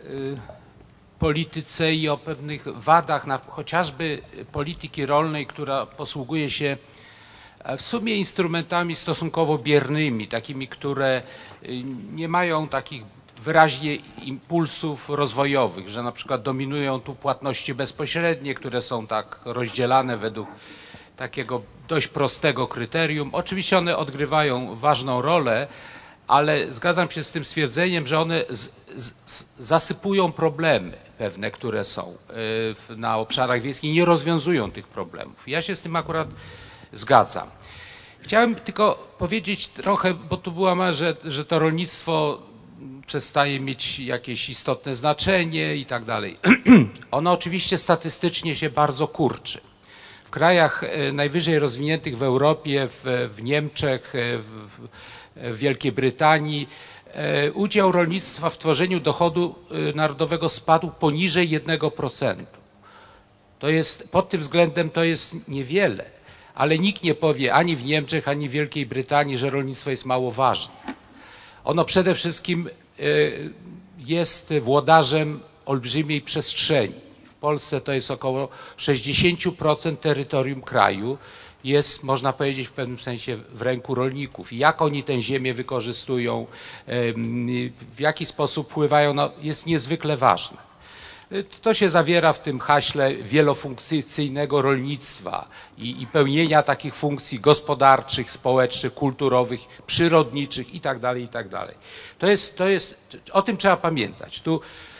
polityce i o pewnych wadach chociażby polityki rolnej, która posługuje się w sumie instrumentami stosunkowo biernymi, takimi, które nie mają takich wyraźnie impulsów rozwojowych, że na przykład dominują tu płatności bezpośrednie, które są tak rozdzielane według takiego dość prostego kryterium. Oczywiście one odgrywają ważną rolę, ale zgadzam się z tym stwierdzeniem, że one zasypują problemy pewne, które są na obszarach wiejskich, nie rozwiązują tych problemów. Ja się z tym akurat zgadzam. Chciałem tylko powiedzieć trochę, bo tu była mowa, że to rolnictwo przestaje mieć jakieś istotne znaczenie i tak dalej. Ono oczywiście statystycznie się bardzo kurczy. W krajach najwyżej rozwiniętych w Europie, w Niemczech, w Wielkiej Brytanii udział rolnictwa w tworzeniu dochodu narodowego spadł poniżej 1%. To jest, pod tym względem to jest niewiele, ale nikt nie powie ani w Niemczech, ani w Wielkiej Brytanii, że rolnictwo jest mało ważne. Ono przede wszystkim jest włodarzem olbrzymiej przestrzeni. W Polsce to jest około 60% terytorium kraju. Jest, można powiedzieć, w pewnym sensie w ręku rolników. I jak oni tę ziemię wykorzystują, w jaki sposób wpływają, jest niezwykle ważne. To się zawiera w tym haśle wielofunkcyjnego rolnictwa i pełnienia takich funkcji gospodarczych, społecznych, kulturowych, przyrodniczych itd., itd. To jest, o tym trzeba pamiętać. Tu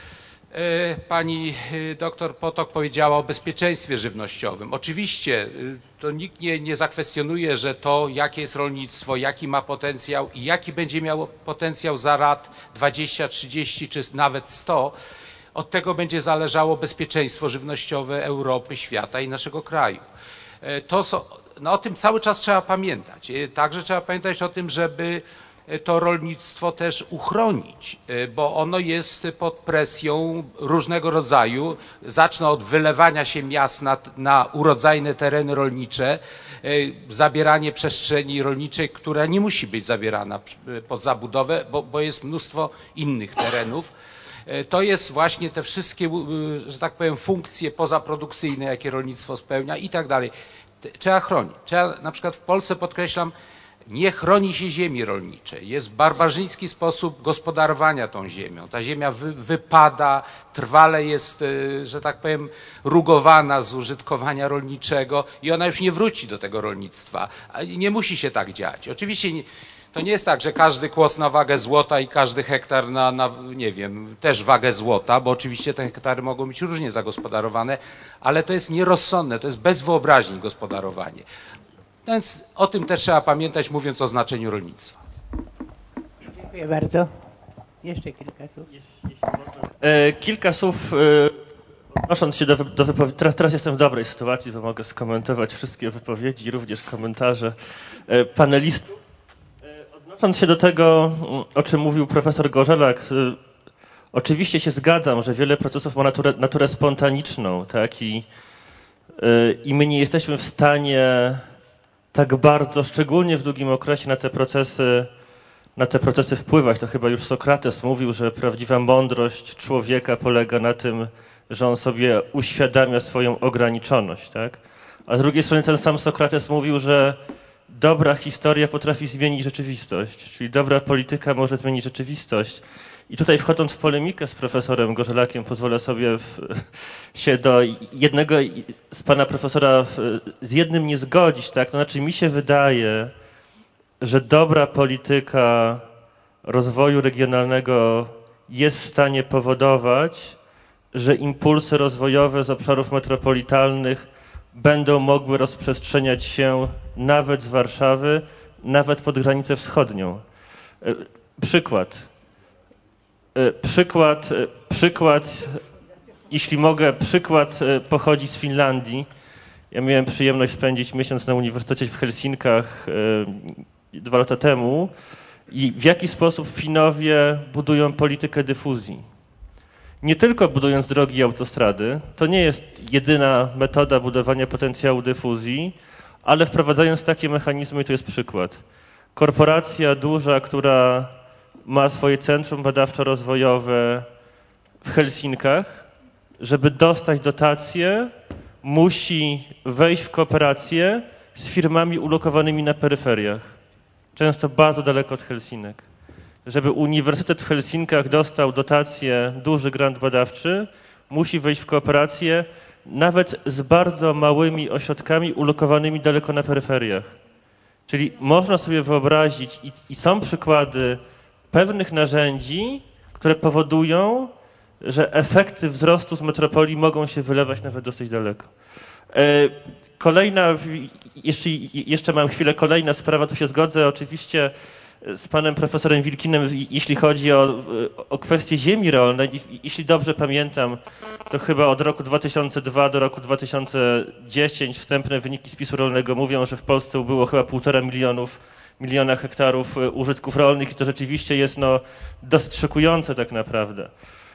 pani doktor Potok powiedziała o bezpieczeństwie żywnościowym. Oczywiście to nikt nie zakwestionuje, że to, jakie jest rolnictwo, jaki ma potencjał i jaki będzie miał potencjał za lat 20, 30 czy nawet 100, od tego będzie zależało bezpieczeństwo żywnościowe Europy, świata i naszego kraju. O tym cały czas trzeba pamiętać. Także trzeba pamiętać o tym, żeby to rolnictwo też uchronić, bo ono jest pod presją różnego rodzaju. Zacznę od wylewania się miast na urodzajne tereny rolnicze, zabieranie przestrzeni rolniczej, która nie musi być zabierana pod zabudowę, bo jest mnóstwo innych terenów. To jest właśnie te wszystkie, że tak powiem, funkcje pozaprodukcyjne, jakie rolnictwo spełnia i tak dalej. Trzeba chronić. Trzeba, na przykład w Polsce, podkreślam, nie chroni się ziemi rolniczej. Jest barbarzyński sposób gospodarowania tą ziemią. Ta ziemia wypada, trwale jest, że tak powiem, rugowana z użytkowania rolniczego i ona już nie wróci do tego rolnictwa. Nie musi się tak dziać. Oczywiście to nie jest tak, że każdy kłos na wagę złota i każdy hektar na nie wiem, też wagę złota, bo oczywiście te hektary mogą być różnie zagospodarowane, ale to jest nierozsądne, to jest bez wyobraźni gospodarowanie. No więc o tym też trzeba pamiętać, mówiąc o znaczeniu rolnictwa. Dziękuję bardzo. Jeszcze kilka słów. Kilka słów, odnosząc się do wypowiedzi. Teraz jestem w dobrej sytuacji, bo mogę skomentować wszystkie wypowiedzi, również komentarze panelistów. Odnosząc się do tego, o czym mówił profesor Gorzelak, oczywiście się zgadzam, że wiele procesów ma naturę spontaniczną, tak? I my nie jesteśmy w stanie tak bardzo, szczególnie w długim okresie, na te procesy wpływać. To chyba już Sokrates mówił, że prawdziwa mądrość człowieka polega na tym, że on sobie uświadamia swoją ograniczoność, tak? A z drugiej strony ten sam Sokrates mówił, że dobra historia potrafi zmienić rzeczywistość, czyli dobra polityka może zmienić rzeczywistość. I tutaj wchodząc w polemikę z profesorem Gorzelakiem, pozwolę sobie się do jednego z pana profesora z jednym nie zgodzić, tak? To znaczy mi się wydaje, że dobra polityka rozwoju regionalnego jest w stanie powodować, że impulsy rozwojowe z obszarów metropolitalnych będą mogły rozprzestrzeniać się nawet z Warszawy, nawet pod granicę wschodnią. Przykład, jeśli mogę, przykład pochodzi z Finlandii. Ja miałem przyjemność spędzić miesiąc na Uniwersytecie w Helsinkach 2 lata temu i w jaki sposób Finowie budują politykę dyfuzji. Nie tylko budując drogi i autostrady, to nie jest jedyna metoda budowania potencjału dyfuzji, ale wprowadzając takie mechanizmy, i to jest przykład. Korporacja duża, która ma swoje centrum badawczo-rozwojowe w Helsinkach, żeby dostać dotacje, musi wejść w kooperację z firmami ulokowanymi na peryferiach, często bardzo daleko od Helsinek. Żeby Uniwersytet w Helsinkach dostał dotację, duży grant badawczy, musi wejść w kooperację nawet z bardzo małymi ośrodkami ulokowanymi daleko na peryferiach. Czyli można sobie wyobrazić, i są przykłady pewnych narzędzi, które powodują, że efekty wzrostu z metropolii mogą się wylewać nawet dosyć daleko. Kolejna, jeszcze mam chwilę, kolejna sprawa, tu się zgodzę oczywiście z panem profesorem Wilkinem, jeśli chodzi o kwestię ziemi rolnej. Jeśli dobrze pamiętam, to chyba od roku 2002 do roku 2010 wstępne wyniki spisu rolnego mówią, że w Polsce było chyba 1,5 miliona hektarów użytków rolnych i to rzeczywiście jest dosyć szokujące tak naprawdę.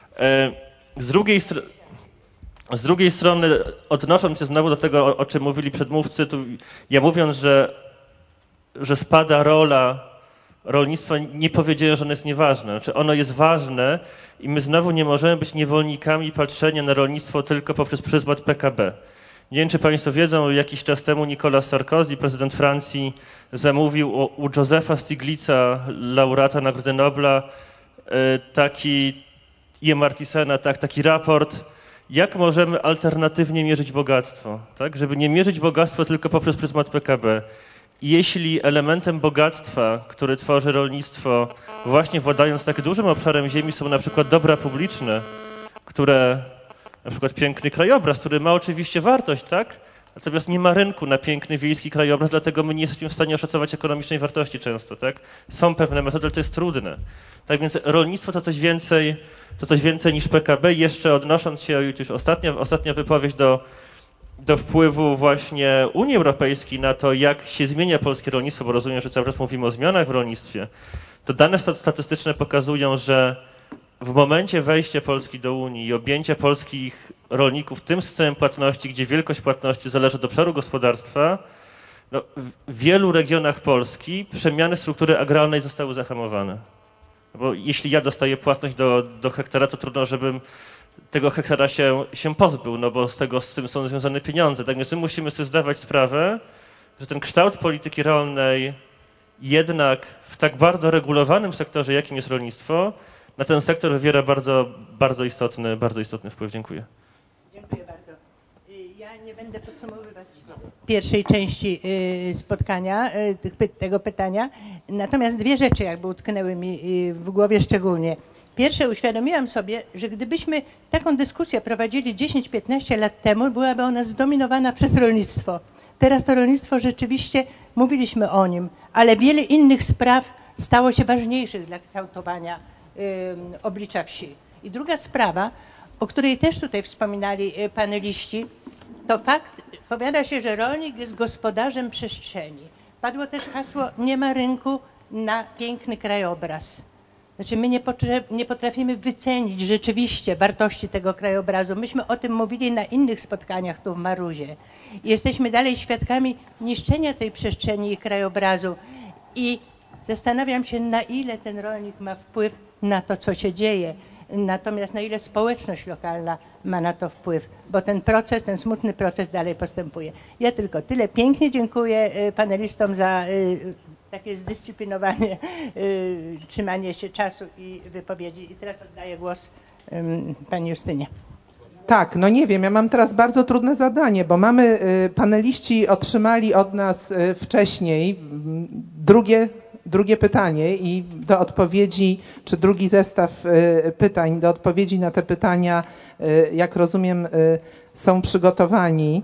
Z drugiej strony, odnosząc się znowu do tego, o czym mówili przedmówcy, tu ja mówiąc, że spada rola rolnictwa, nie powiedziałem, że ono jest nieważne. Znaczy ono jest ważne i my znowu nie możemy być niewolnikami patrzenia na rolnictwo tylko poprzez pryzmat PKB. Nie wiem, czy państwo wiedzą, jakiś czas temu Nicolas Sarkozy, prezydent Francji, zamówił u Josepha Stiglitza, laureata Nagrody Nobla, taki raport, jak możemy alternatywnie mierzyć bogactwo, tak? Żeby nie mierzyć bogactwa tylko poprzez pryzmat PKB. Jeśli elementem bogactwa, który tworzy rolnictwo, właśnie władając tak dużym obszarem ziemi, są na przykład dobra publiczne, które, na przykład piękny krajobraz, który ma oczywiście wartość, tak? Natomiast nie ma rynku na piękny wiejski krajobraz, dlatego my nie jesteśmy w stanie oszacować ekonomicznej wartości często, tak? Są pewne metody, ale to jest trudne. Tak więc rolnictwo to coś więcej niż PKB. Jeszcze odnosząc się, już ostatnia wypowiedź do wpływu właśnie Unii Europejskiej na to, jak się zmienia polskie rolnictwo, bo rozumiem, że cały czas mówimy o zmianach w rolnictwie, to dane statystyczne pokazują, że w momencie wejścia Polski do Unii i objęcia polskich rolników tym systemem płatności, gdzie wielkość płatności zależy od obszaru gospodarstwa, w wielu regionach Polski przemiany struktury agrarnej zostały zahamowane. Bo jeśli ja dostaję płatność do hektara, to trudno, żebym tego hektara się pozbył, bo z tym są związane pieniądze. Tak więc my musimy sobie zdawać sprawę, że ten kształt polityki rolnej jednak w tak bardzo regulowanym sektorze, jakim jest rolnictwo, na ten sektor wywiera bardzo istotny wpływ. Dziękuję. Dziękuję bardzo. Ja nie będę podsumowywać pierwszej części spotkania, tego pytania, natomiast dwie rzeczy jakby utknęły mi w głowie szczególnie. Pierwsze, uświadomiłam sobie, że gdybyśmy taką dyskusję prowadzili 10-15 lat temu, byłaby ona zdominowana przez rolnictwo. Teraz to rolnictwo rzeczywiście, mówiliśmy o nim, ale wiele innych spraw stało się ważniejszych dla kształtowania oblicza wsi. I druga sprawa, o której też tutaj wspominali paneliści, to fakt, powiada się, że rolnik jest gospodarzem przestrzeni. Padło też hasło, nie ma rynku na piękny krajobraz. Znaczy my nie potrafimy wycenić rzeczywiście wartości tego krajobrazu. Myśmy o tym mówili na innych spotkaniach tu w Maruzie. Jesteśmy dalej świadkami niszczenia tej przestrzeni i krajobrazu. I zastanawiam się, na ile ten rolnik ma wpływ na to, co się dzieje. Natomiast na ile społeczność lokalna ma na to wpływ, bo ten proces, ten smutny proces dalej postępuje. Ja tylko tyle. Pięknie dziękuję panelistom za takie zdyscyplinowanie, trzymanie się czasu i wypowiedzi. I teraz oddaję głos pani Justynie. Tak, no nie wiem, ja mam teraz bardzo trudne zadanie, bo paneliści otrzymali od nas wcześniej drugie pytanie i do odpowiedzi, czy drugi zestaw pytań, do odpowiedzi na te pytania, jak rozumiem, są przygotowani.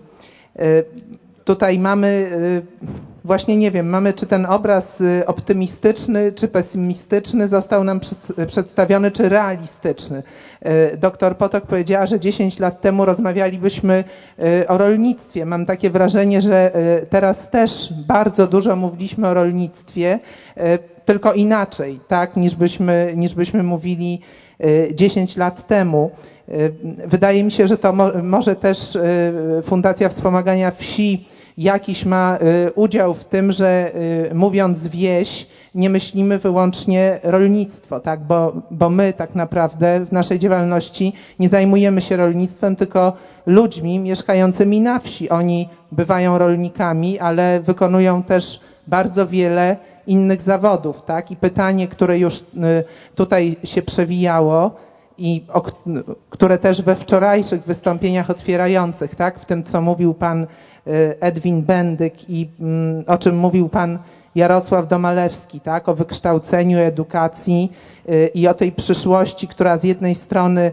Tutaj mamy, właśnie nie wiem, mamy czy ten obraz optymistyczny, czy pesymistyczny został nam przedstawiony, czy realistyczny. Doktor Potok powiedziała, że 10 lat temu rozmawialibyśmy o rolnictwie. Mam takie wrażenie, że teraz też bardzo dużo mówiliśmy o rolnictwie, tylko inaczej, tak, niż byśmy mówili 10 lat temu. Wydaje mi się, że to może też Fundacja Wspomagania Wsi jakiś ma udział w tym, że mówiąc wieś, nie myślimy wyłącznie rolnictwo, tak? Bo my tak naprawdę w naszej działalności nie zajmujemy się rolnictwem, tylko ludźmi mieszkającymi na wsi. Oni bywają rolnikami, ale wykonują też bardzo wiele innych zawodów, tak? I pytanie, które już tutaj się przewijało i które też we wczorajszych wystąpieniach otwierających, tak? W tym, co mówił pan Edwin Bendyk i o czym mówił pan Jarosław Domalewski, tak? O wykształceniu, edukacji i o tej przyszłości, która z jednej strony,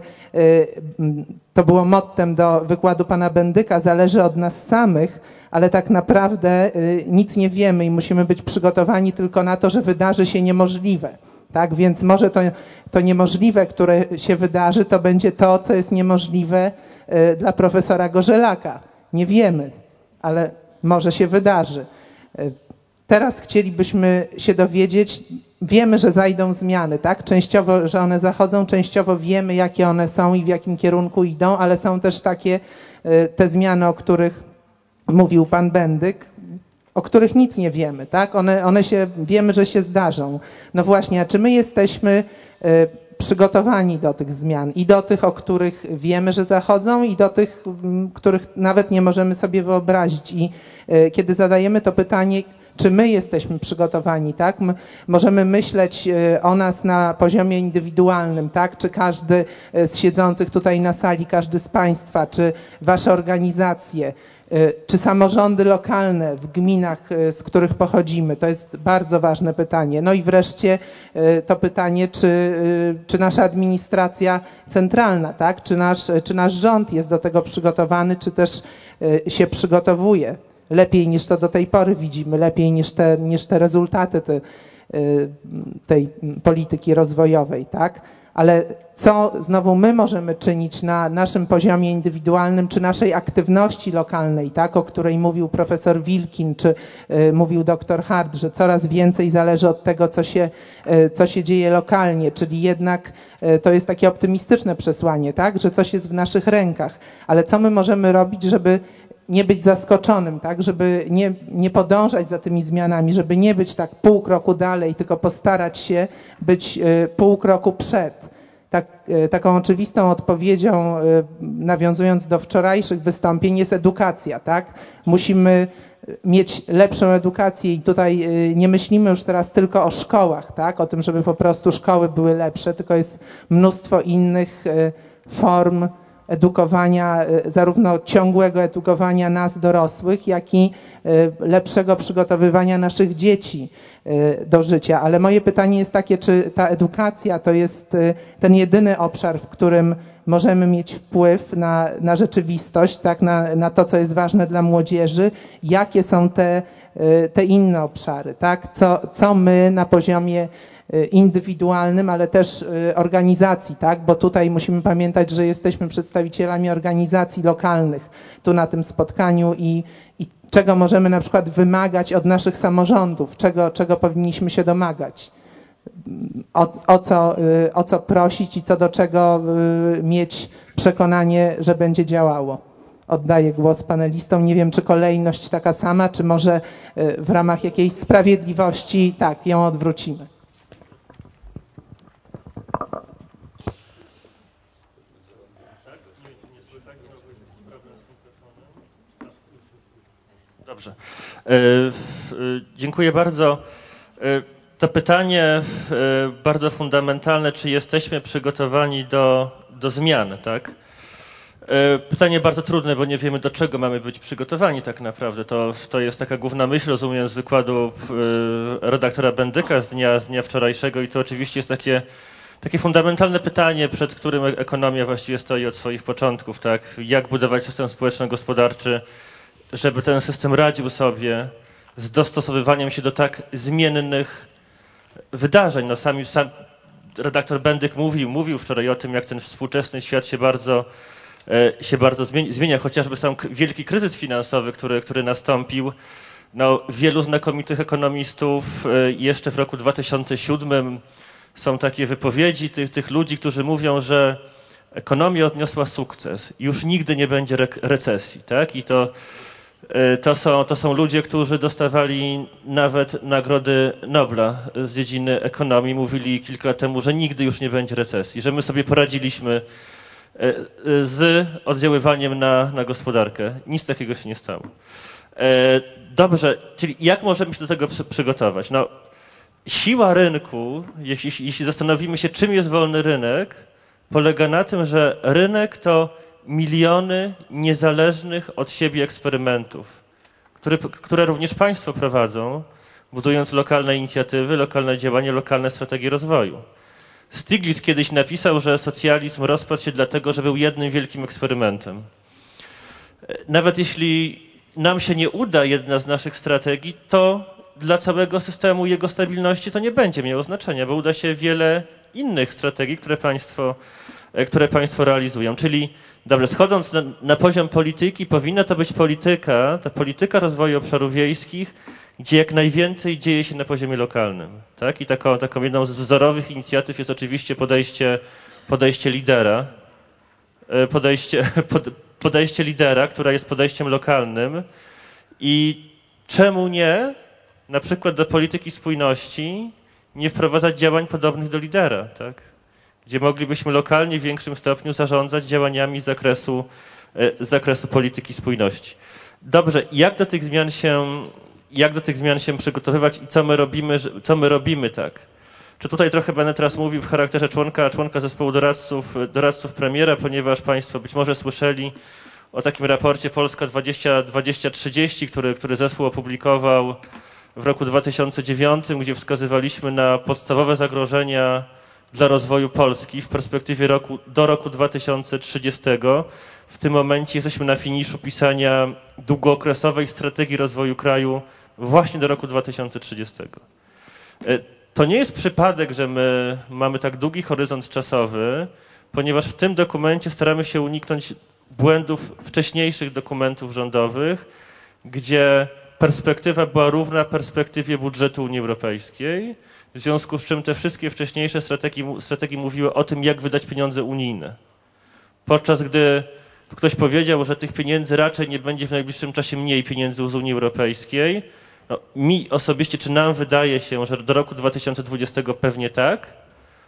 to było mottem do wykładu pana Bendyka, zależy od nas samych, ale tak naprawdę nic nie wiemy i musimy być przygotowani tylko na to, że wydarzy się niemożliwe. Tak? Więc może to niemożliwe, które się wydarzy, to będzie to, co jest niemożliwe dla profesora Gorzelaka. Nie wiemy, ale może się wydarzy. Teraz chcielibyśmy się dowiedzieć, wiemy, że zajdą zmiany, tak? Częściowo, że one zachodzą, częściowo wiemy, jakie one są i w jakim kierunku idą, ale są też takie te zmiany, o których mówił pan Bendyk, o których nic nie wiemy, tak? Wiemy, że się zdarzą. No właśnie, a czy my jesteśmy przygotowani do tych zmian i do tych, o których wiemy, że zachodzą i do tych, których nawet nie możemy sobie wyobrazić. I kiedy zadajemy to pytanie, czy my jesteśmy przygotowani, tak? My możemy myśleć o nas na poziomie indywidualnym, tak? Czy każdy z siedzących tutaj na sali, każdy z państwa, czy wasze organizacje, czy samorządy lokalne w gminach, z których pochodzimy? To jest bardzo ważne pytanie. No i wreszcie to pytanie, czy nasza administracja centralna, tak? Czy nasz rząd jest do tego przygotowany, czy też się przygotowuje lepiej niż to do tej pory widzimy, lepiej niż te rezultaty tej polityki rozwojowej, tak? Ale co znowu my możemy czynić na naszym poziomie indywidualnym, czy naszej aktywności lokalnej, tak, o której mówił profesor Wilkin, czy mówił doktor Hart, że coraz więcej zależy od tego, co się dzieje lokalnie, czyli jednak to jest takie optymistyczne przesłanie, tak, że coś jest w naszych rękach, ale co my możemy robić, żeby nie być zaskoczonym, tak, żeby nie podążać za tymi zmianami, żeby nie być tak pół kroku dalej, tylko postarać się być pół kroku przed. taką oczywistą odpowiedzią, nawiązując do wczorajszych wystąpień, jest edukacja, tak? Musimy mieć lepszą edukację i tutaj nie myślimy już teraz tylko o szkołach, tak? O tym, żeby po prostu szkoły były lepsze, tylko jest mnóstwo innych form edukowania, zarówno ciągłego edukowania nas dorosłych, jak i lepszego przygotowywania naszych dzieci do życia. Ale moje pytanie jest takie, czy ta edukacja to jest ten jedyny obszar, w którym możemy mieć wpływ na rzeczywistość, tak, na to, co jest ważne dla młodzieży? Jakie są te inne obszary, tak? Co my na poziomie indywidualnym, ale też organizacji, tak? Bo tutaj musimy pamiętać, że jesteśmy przedstawicielami organizacji lokalnych tu na tym spotkaniu i czego możemy na przykład wymagać od naszych samorządów, czego powinniśmy się domagać, o co prosić i co do czego mieć przekonanie, że będzie działało. Oddaję głos panelistom. Nie wiem, czy kolejność taka sama, czy może w ramach jakiejś sprawiedliwości tak, ją odwrócimy. Dobrze. Dziękuję bardzo. To pytanie bardzo fundamentalne, czy jesteśmy przygotowani do zmian, tak? Pytanie bardzo trudne, bo nie wiemy, do czego mamy być przygotowani tak naprawdę. To jest taka główna myśl, rozumiem, z wykładu redaktora Bendyka z dnia wczorajszego i to oczywiście jest takie fundamentalne pytanie, przed którym ekonomia właściwie stoi od swoich początków, tak? Jak budować system społeczno-gospodarczy, żeby ten system radził sobie z dostosowywaniem się do tak zmiennych wydarzeń. No sam redaktor Bendyk mówił wczoraj o tym, jak ten współczesny świat się bardzo zmienia, chociażby sam wielki kryzys finansowy, który nastąpił. No, wielu znakomitych ekonomistów jeszcze w roku 2007 są takie wypowiedzi tych ludzi, którzy mówią, że ekonomia odniosła sukces. Już nigdy nie będzie recesji, tak? I to są ludzie, którzy dostawali nawet nagrody Nobla z dziedziny ekonomii. Mówili kilka lat temu, że nigdy już nie będzie recesji, że my sobie poradziliśmy z oddziaływaniem na gospodarkę. Nic takiego się nie stało. Dobrze, czyli jak możemy się do tego przygotować? No, siła rynku, jeśli zastanowimy się, czym jest wolny rynek, polega na tym, że rynek to miliony niezależnych od siebie eksperymentów, które również państwo prowadzą, budując lokalne inicjatywy, lokalne działania, lokalne strategie rozwoju. Stiglitz kiedyś napisał, że socjalizm rozpadł się dlatego, że był jednym wielkim eksperymentem. Nawet jeśli nam się nie uda jedna z naszych strategii, to dla całego systemu jego stabilności to nie będzie miało znaczenia, bo uda się wiele innych strategii, które państwo realizują. Czyli, dobrze, schodząc na poziom polityki, powinna to być ta polityka rozwoju obszarów wiejskich, gdzie jak najwięcej dzieje się na poziomie lokalnym. Tak? I taką jedną z wzorowych inicjatyw jest oczywiście podejście lidera. Podejście lidera, która jest podejściem lokalnym. I czemu nie, na przykład do polityki spójności, nie wprowadzać działań podobnych do lidera, tak? Gdzie moglibyśmy lokalnie w większym stopniu zarządzać działaniami z zakresu polityki spójności. Dobrze, jak do tych zmian się przygotowywać i co my robimy, tak? Czy tutaj trochę będę teraz mówił w charakterze członka zespołu doradców premiera, ponieważ państwo być może słyszeli o takim raporcie Polska 2030, który zespół opublikował w roku 2009, gdzie wskazywaliśmy na podstawowe zagrożenia dla rozwoju Polski w perspektywie do roku 2030. W tym momencie jesteśmy na finiszu pisania długookresowej strategii rozwoju kraju właśnie do roku 2030. To nie jest przypadek, że my mamy tak długi horyzont czasowy, ponieważ w tym dokumencie staramy się uniknąć błędów wcześniejszych dokumentów rządowych, gdzie perspektywa była równa perspektywie budżetu Unii Europejskiej, w związku z czym te wszystkie wcześniejsze strategie mówiły o tym, jak wydać pieniądze unijne. Podczas gdy ktoś powiedział, że tych pieniędzy raczej nie będzie w najbliższym czasie mniej pieniędzy z Unii Europejskiej, no, mi osobiście, czy nam wydaje się, że do roku 2020 pewnie tak,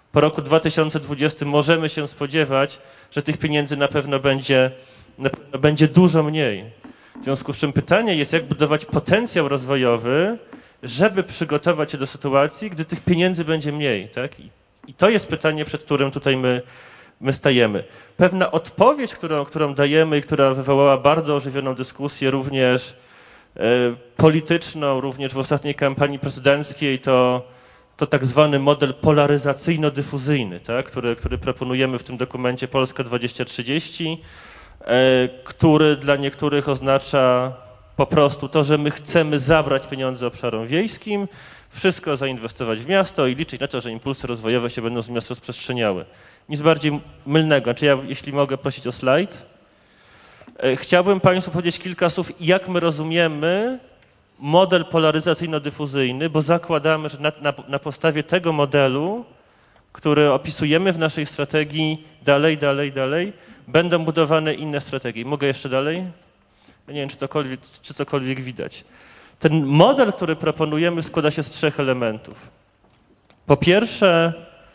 Po roku 2020 możemy się spodziewać, że tych pieniędzy na pewno będzie dużo mniej. W związku z czym pytanie jest, jak budować potencjał rozwojowy, żeby przygotować się do sytuacji, gdy tych pieniędzy będzie mniej. Tak? I to jest pytanie, przed którym tutaj my stajemy. Pewna odpowiedź, którą dajemy i która wywołała bardzo ożywioną dyskusję, również polityczną, również w ostatniej kampanii prezydenckiej, to tak zwany model polaryzacyjno-dyfuzyjny, tak? który proponujemy w tym dokumencie Polska 2030, który dla niektórych oznacza po prostu to, że my chcemy zabrać pieniądze obszarom wiejskim, wszystko zainwestować w miasto i liczyć na to, że impulsy rozwojowe się będą z miast rozprzestrzeniały. Nic bardziej mylnego. Czy ja, jeśli mogę prosić o slajd? Chciałbym Państwu powiedzieć kilka słów, jak my rozumiemy model polaryzacyjno-dyfuzyjny, bo zakładamy, że na podstawie tego modelu, który opisujemy w naszej strategii dalej, będą budowane inne strategie. Mogę jeszcze dalej? Ja nie wiem, czy cokolwiek widać. Ten model, który proponujemy, składa się z 3 elementów. Po pierwsze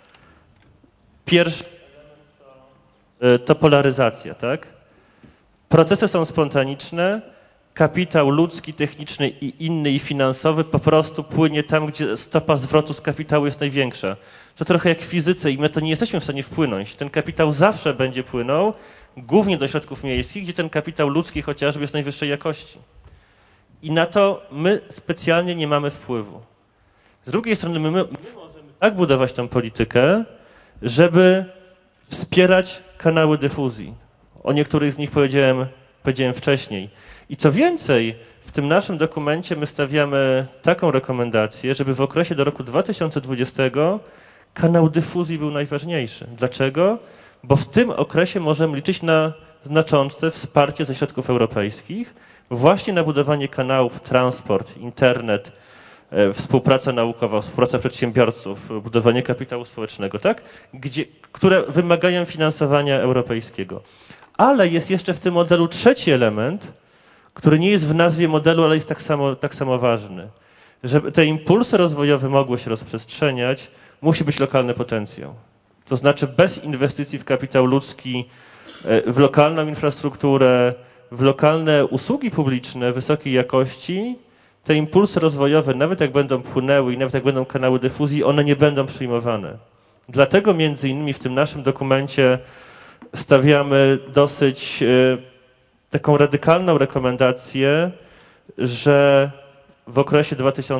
to polaryzacja, tak? Procesy są spontaniczne, kapitał ludzki, techniczny i inny i finansowy po prostu płynie tam, gdzie stopa zwrotu z kapitału jest największa. To trochę jak w fizyce i my to nie jesteśmy w stanie wpłynąć. Ten kapitał zawsze będzie płynął, głównie do środków miejskich, gdzie ten kapitał ludzki chociażby jest najwyższej jakości. I na to my specjalnie nie mamy wpływu. Z drugiej strony my możemy tak budować tę politykę, żeby wspierać kanały dyfuzji. O niektórych z nich powiedziałem wcześniej. I co więcej, w tym naszym dokumencie my stawiamy taką rekomendację, żeby w okresie do roku 2020 kanał dyfuzji był najważniejszy. Dlaczego? Bo w tym okresie możemy liczyć na znaczące wsparcie ze środków europejskich właśnie na budowanie kanałów, transport, internet, współpraca naukowa, współpraca przedsiębiorców, budowanie kapitału społecznego, tak? Które wymagają finansowania europejskiego. Ale jest jeszcze w tym modelu trzeci element, który nie jest w nazwie modelu, ale jest tak samo ważny. Żeby te impulsy rozwojowe mogły się rozprzestrzeniać, musi być lokalny potencjał. To znaczy bez inwestycji w kapitał ludzki, w lokalną infrastrukturę, w lokalne usługi publiczne wysokiej jakości, te impulsy rozwojowe, nawet jak będą płynęły i nawet jak będą kanały dyfuzji, one nie będą przyjmowane. Dlatego między innymi w tym naszym dokumencie stawiamy dosyć taką radykalną rekomendację, że w okresie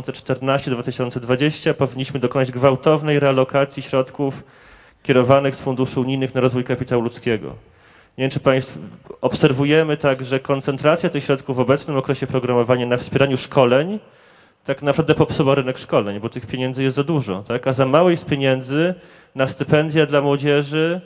2014-2020 powinniśmy dokonać gwałtownej realokacji środków kierowanych z funduszy unijnych na rozwój kapitału ludzkiego. Nie wiem, czy Państwo obserwujemy tak, że koncentracja tych środków w obecnym okresie programowania na wspieraniu szkoleń tak naprawdę popsuła rynek szkoleń, bo tych pieniędzy jest za dużo, tak? A za mało jest pieniędzy na stypendia dla młodzieży,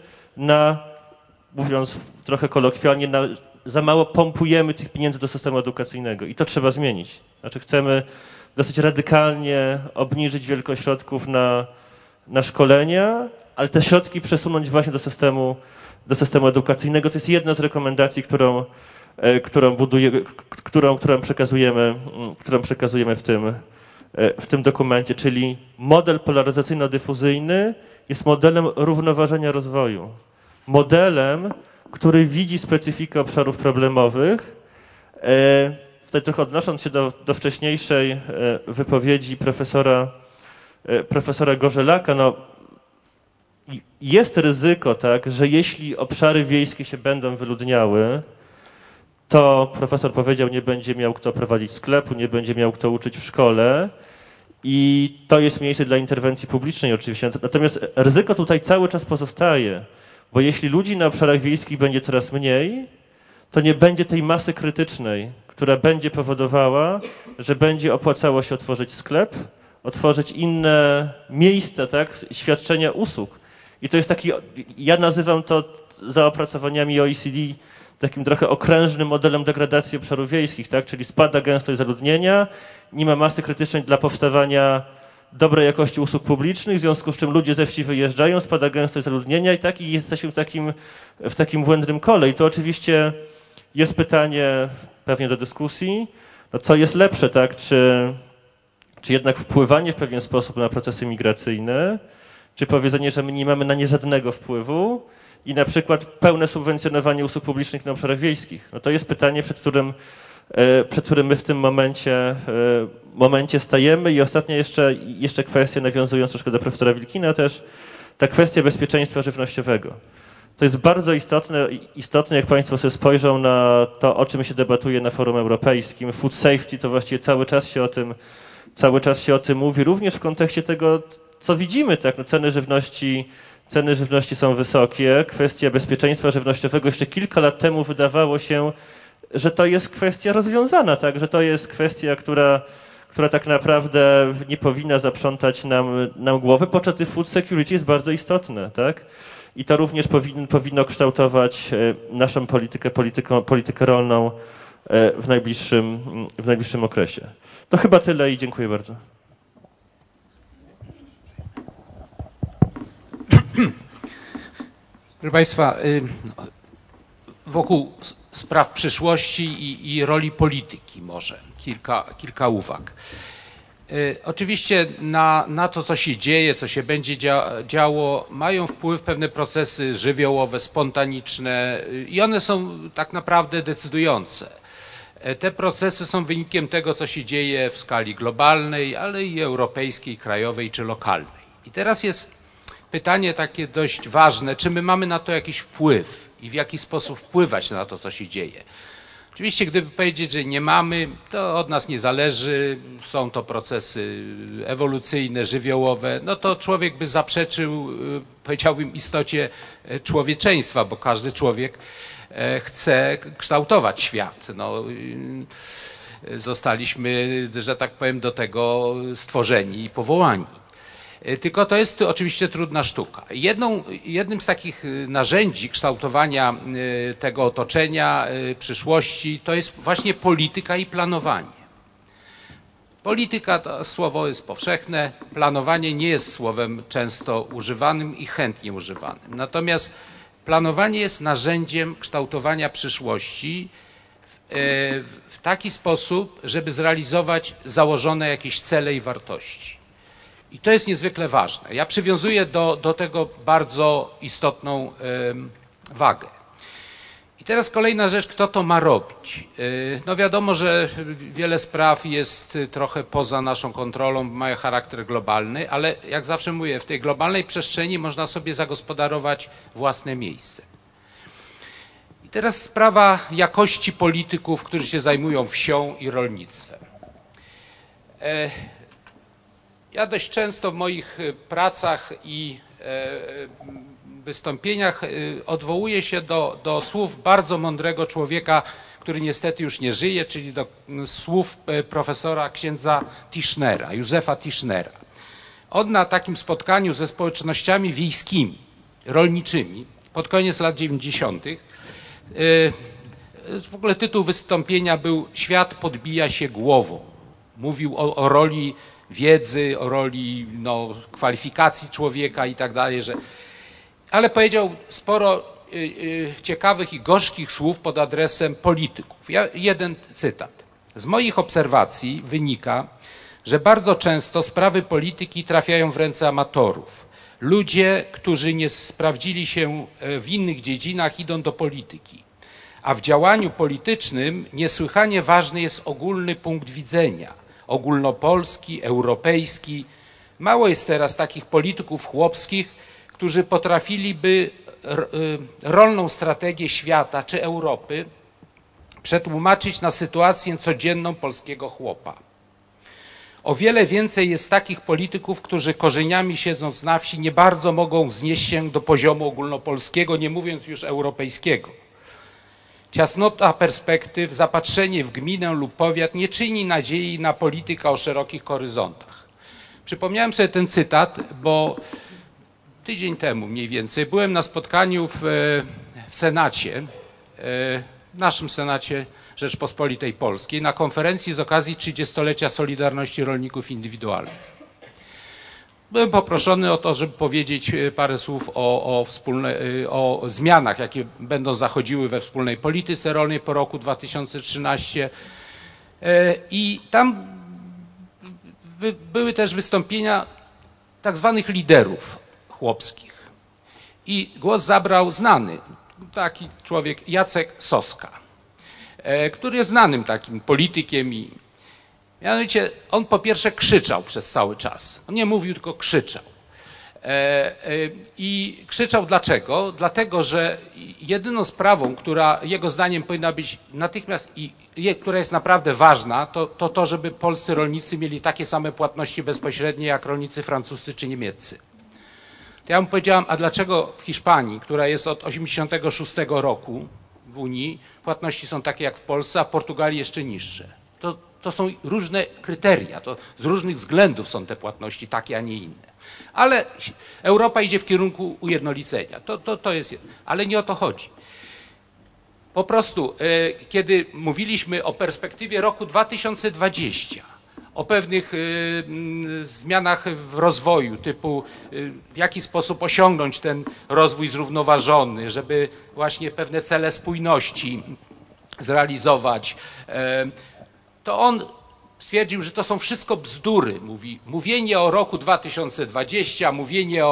mówiąc trochę kolokwialnie, za mało pompujemy tych pieniędzy do systemu edukacyjnego i to trzeba zmienić. Znaczy chcemy dosyć radykalnie obniżyć wielkość środków na szkolenia, ale te środki przesunąć właśnie do systemu edukacyjnego. To jest jedna z rekomendacji, którą przekazujemy w tym dokumencie, czyli model polaryzacyjno-dyfuzyjny jest modelem równoważenia rozwoju. Modelem, który widzi specyfikę obszarów problemowych. Tutaj trochę odnosząc się do wcześniejszej wypowiedzi profesora Gorzelaka, no, jest ryzyko, tak, że jeśli obszary wiejskie się będą wyludniały, to profesor powiedział, nie będzie miał kto prowadzić sklepu, nie będzie miał kto uczyć w szkole i to jest miejsce dla interwencji publicznej oczywiście. Natomiast ryzyko tutaj cały czas pozostaje, bo jeśli ludzi na obszarach wiejskich będzie coraz mniej, to nie będzie tej masy krytycznej, która będzie powodowała, że będzie opłacało się otworzyć sklep, otworzyć inne miejsca, tak, świadczenia usług. I to jest taki, ja nazywam to za opracowaniami OECD takim trochę okrężnym modelem degradacji obszarów wiejskich, tak, czyli spada gęstość zaludnienia, nie ma masy krytycznej dla powstawania dobrej jakości usług publicznych, w związku z czym ludzie ze wsi wyjeżdżają, spada gęstość zaludnienia i jesteśmy w takim błędnym kole. I to oczywiście jest pytanie pewnie do dyskusji, no co jest lepsze, tak? Czy jednak wpływanie w pewien sposób na procesy migracyjne, czy powiedzenie, że my nie mamy na nie żadnego wpływu i na przykład pełne subwencjonowanie usług publicznych na obszarach wiejskich. No to jest pytanie, przed którym my w tym momencie stajemy. I ostatnia jeszcze kwestia, nawiązując troszkę do profesora Wilkina też, ta kwestia bezpieczeństwa żywnościowego. To jest bardzo istotne, jak Państwo sobie spojrzą na to, o czym się debatuje na forum europejskim. Food safety to właściwie cały czas się o tym mówi, również w kontekście tego, co widzimy, tak? No ceny żywności są wysokie. Kwestia bezpieczeństwa żywnościowego jeszcze kilka lat temu wydawało się, że to jest kwestia rozwiązana, tak? Że to jest kwestia, która tak naprawdę nie powinna zaprzątać nam głowy, podczas gdy food security jest bardzo istotne, tak? I to również powinno kształtować naszą politykę rolną w najbliższym okresie. To chyba tyle i dziękuję bardzo. Proszę Państwa, wokół spraw przyszłości i roli polityki może kilka uwag. Oczywiście na to, co się dzieje, co się będzie działo, mają wpływ pewne procesy żywiołowe, spontaniczne i one są tak naprawdę decydujące. Te procesy są wynikiem tego, co się dzieje w skali globalnej, ale i europejskiej, krajowej czy lokalnej. I teraz jest pytanie takie dość ważne, czy my mamy na to jakiś wpływ i w jaki sposób wpływać na to, co się dzieje. Oczywiście, gdyby powiedzieć, że nie mamy, to od nas nie zależy, są to procesy ewolucyjne, żywiołowe, no to człowiek by zaprzeczył, powiedziałbym, istocie człowieczeństwa, bo każdy człowiek chce kształtować świat. No, zostaliśmy, że tak powiem, do tego stworzeni i powołani. Tylko to jest oczywiście trudna sztuka. Jednym z takich narzędzi kształtowania tego otoczenia, przyszłości, to jest właśnie polityka i planowanie. Polityka to słowo jest powszechne, planowanie nie jest słowem często używanym i chętnie używanym. Natomiast planowanie jest narzędziem kształtowania przyszłości w taki sposób, żeby zrealizować założone jakieś cele i wartości. I to jest niezwykle ważne. Ja przywiązuję do tego bardzo istotną wagę. I teraz kolejna rzecz, kto to ma robić? No wiadomo, że wiele spraw jest trochę poza naszą kontrolą, mają charakter globalny, ale jak zawsze mówię, w tej globalnej przestrzeni można sobie zagospodarować własne miejsce. I teraz sprawa jakości polityków, którzy się zajmują wsią i rolnictwem. Ja dość często w moich pracach i wystąpieniach odwołuję się do słów bardzo mądrego człowieka, który niestety już nie żyje, czyli do słów profesora księdza Tischnera, Józefa Tischnera. On na takim spotkaniu ze społecznościami wiejskimi, rolniczymi, pod koniec lat 90. W ogóle tytuł wystąpienia był „Świat podbija się głową”. Mówił o roli wiedzy, o roli kwalifikacji człowieka i tak dalej, ale powiedział sporo ciekawych i gorzkich słów pod adresem polityków. Jeden cytat. Z moich obserwacji wynika, że bardzo często sprawy polityki trafiają w ręce amatorów. Ludzie, którzy nie sprawdzili się w innych dziedzinach, idą do polityki. A w działaniu politycznym niesłychanie ważny jest ogólny punkt widzenia, ogólnopolski, europejski. Mało jest teraz takich polityków chłopskich, którzy potrafiliby rolną strategię świata czy Europy przetłumaczyć na sytuację codzienną polskiego chłopa. O wiele więcej jest takich polityków, którzy korzeniami siedząc na wsi nie bardzo mogą wznieść się do poziomu ogólnopolskiego, nie mówiąc już europejskiego. Ciasnota perspektyw, zapatrzenie w gminę lub powiat nie czyni nadziei na politykę o szerokich horyzontach. Przypomniałem sobie ten cytat, bo tydzień temu mniej więcej byłem na spotkaniu w Senacie, w naszym Senacie Rzeczpospolitej Polskiej, na konferencji z okazji 30-lecia Solidarności Rolników Indywidualnych. Byłem poproszony o to, żeby powiedzieć parę słów o zmianach, jakie będą zachodziły we wspólnej polityce rolnej po roku 2013. I tam były też wystąpienia tak zwanych liderów chłopskich. I głos zabrał znany taki człowiek Jacek Soska, który jest znanym takim politykiem i mianowicie on po pierwsze krzyczał przez cały czas. On nie mówił, tylko krzyczał. I krzyczał dlaczego? Dlatego, że jedyną sprawą, która jego zdaniem powinna być natychmiast i która jest naprawdę ważna, to, żeby polscy rolnicy mieli takie same płatności bezpośrednie jak rolnicy francuscy czy niemieccy. To ja mu powiedziałam, a dlaczego w Hiszpanii, która jest od 1986 roku w Unii, płatności są takie jak w Polsce, a w Portugalii jeszcze niższe? To są różne kryteria, to z różnych względów są te płatności takie, a nie inne. Ale Europa idzie w kierunku ujednolicenia. To jest, ale nie o to chodzi. Po prostu, kiedy mówiliśmy o perspektywie roku 2020, o pewnych zmianach w rozwoju, typu w jaki sposób osiągnąć ten rozwój zrównoważony, żeby właśnie pewne cele spójności zrealizować, to on stwierdził, że to są wszystko bzdury. Mówienie o roku 2020, mówienie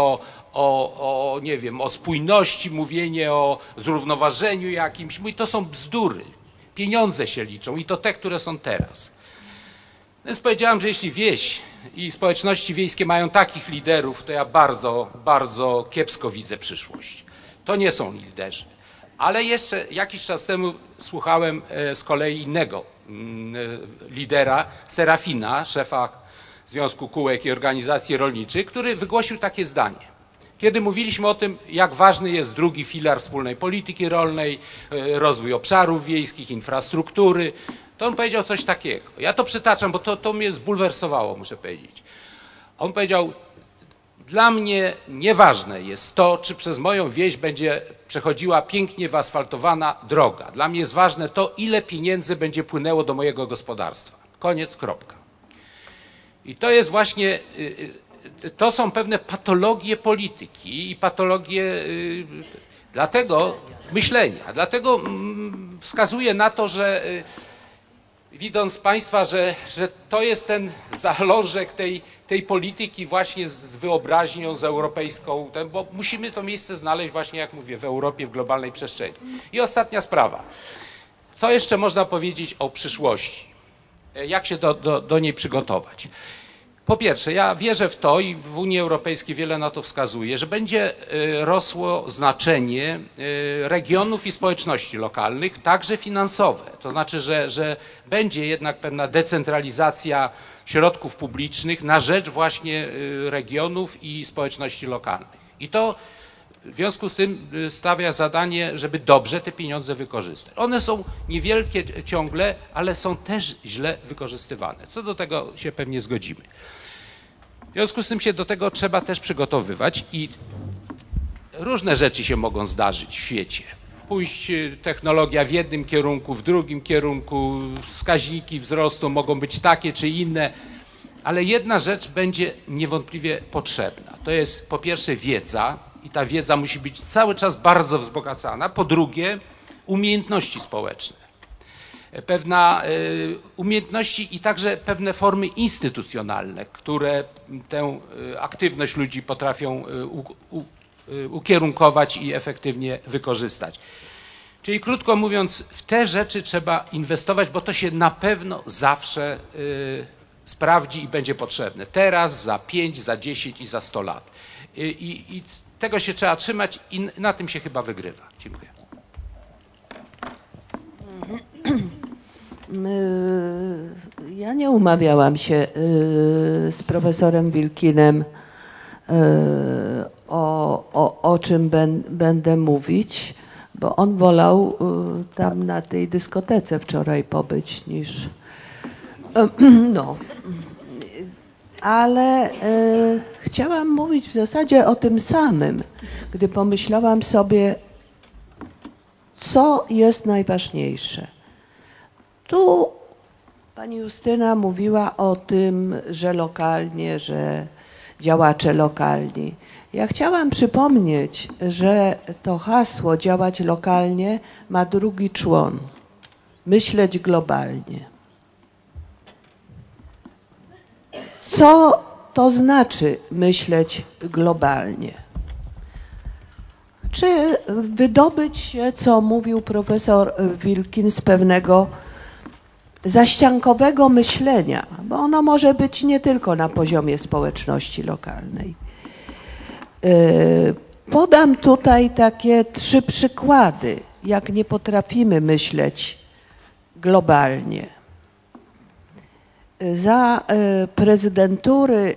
nie wiem, o spójności, mówienie o zrównoważeniu jakimś, mówi, to są bzdury. Pieniądze się liczą i to te, które są teraz. Więc powiedziałem, że jeśli wieś i społeczności wiejskie mają takich liderów, to ja bardzo, bardzo kiepsko widzę przyszłość. To nie są liderzy. Ale jeszcze jakiś czas temu słuchałem z kolei innego lidera, Serafina, szefa Związku Kółek i Organizacji Rolniczych, który wygłosił takie zdanie. Kiedy mówiliśmy o tym, jak ważny jest drugi filar wspólnej polityki rolnej, rozwój obszarów wiejskich, infrastruktury, to on powiedział coś takiego. Ja to przytaczam, bo to mnie zbulwersowało, muszę powiedzieć. On powiedział, dla mnie nieważne jest to, czy przez moją wieś będzie przechodziła pięknie wyasfaltowana droga. Dla mnie jest ważne to, ile pieniędzy będzie płynęło do mojego gospodarstwa. Koniec, kropka. I to jest właśnie, to są pewne patologie polityki i patologie dlatego myślenia. Dlatego wskazuję na to, że widząc Państwa, że to jest ten zalążek tej polityki właśnie z wyobraźnią, z europejską, bo musimy to miejsce znaleźć właśnie, jak mówię, w Europie, w globalnej przestrzeni. I ostatnia sprawa. Co jeszcze można powiedzieć o przyszłości? Jak się do niej przygotować? Po pierwsze, ja wierzę w to i w Unii Europejskiej wiele na to wskazuje, że będzie rosło znaczenie regionów i społeczności lokalnych, także finansowe. To znaczy, że będzie jednak pewna decentralizacja środków publicznych na rzecz właśnie regionów i społeczności lokalnych. I to w związku z tym stawia zadanie, żeby dobrze te pieniądze wykorzystać. One są niewielkie ciągle, ale są też źle wykorzystywane. Co do tego się pewnie zgodzimy. W związku z tym się do tego trzeba też przygotowywać i różne rzeczy się mogą zdarzyć w świecie. Pójść technologia w jednym kierunku, w drugim kierunku, wskaźniki wzrostu mogą być takie czy inne, ale jedna rzecz będzie niewątpliwie potrzebna. To jest po pierwsze wiedza i ta wiedza musi być cały czas bardzo wzbogacana. Po drugie umiejętności społeczne. Pewne umiejętności i także pewne formy instytucjonalne, które tę aktywność ludzi potrafią ukierunkować i efektywnie wykorzystać. Czyli krótko mówiąc, w te rzeczy trzeba inwestować, bo to się na pewno zawsze sprawdzi i będzie potrzebne. Teraz, za 5, za 10 i za 100 lat. I tego się trzeba trzymać i na tym się chyba wygrywa. Dziękuję. Ja nie umawiałam się z profesorem Wilkinem o czym będę mówić, bo on wolał tam na tej dyskotece wczoraj pobyć niż... No. Ale chciałam mówić w zasadzie o tym samym, gdy pomyślałam sobie, co jest najważniejsze. Tu pani Justyna mówiła o tym, że lokalnie, że działacze lokalni. Ja chciałam przypomnieć, że to hasło działać lokalnie ma drugi człon. Myśleć globalnie. Co to znaczy myśleć globalnie? czy wydobyć się, co mówił profesor Wilkin, z pewnego zaściankowego myślenia, bo ono może być nie tylko na poziomie społeczności lokalnej. Podam tutaj takie 3 przykłady, jak nie potrafimy myśleć globalnie. Za prezydentury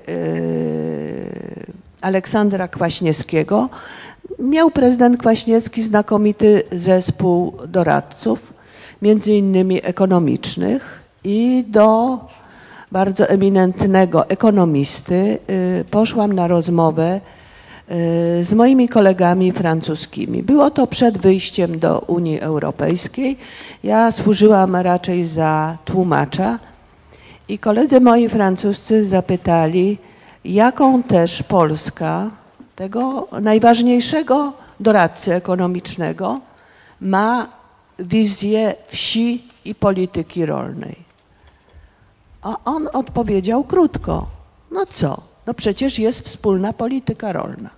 Aleksandra Kwaśniewskiego miał prezydent Kwaśniewski znakomity zespół doradców, między innymi ekonomicznych, i do bardzo eminentnego ekonomisty poszłam na rozmowę z moimi kolegami francuskimi. Było to przed wyjściem do Unii Europejskiej. Ja służyłam raczej za tłumacza i koledzy moi francuscy zapytali, jaką też Polska, tego najważniejszego doradcy ekonomicznego, ma wizję wsi i polityki rolnej. A on odpowiedział krótko, no co, no przecież jest wspólna polityka rolna.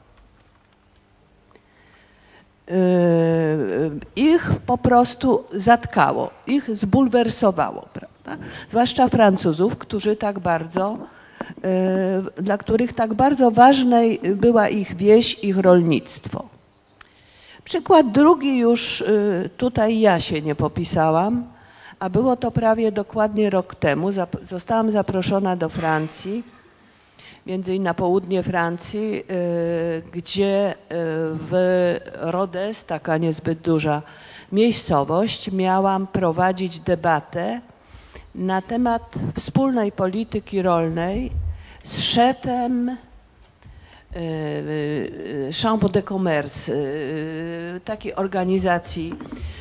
Ich po prostu zatkało, ich zbulwersowało, prawda? Zwłaszcza Francuzów, którzy tak bardzo, dla których tak bardzo ważna była ich wieś, ich rolnictwo. Przykład drugi, już tutaj ja się nie popisałam, a było to prawie dokładnie rok temu. Zostałam zaproszona do Francji, między innymi na południe Francji, gdzie w Rodez, taka niezbyt duża miejscowość, miałam prowadzić debatę na temat wspólnej polityki rolnej z szefem Chambre de Commerce, takiej organizacji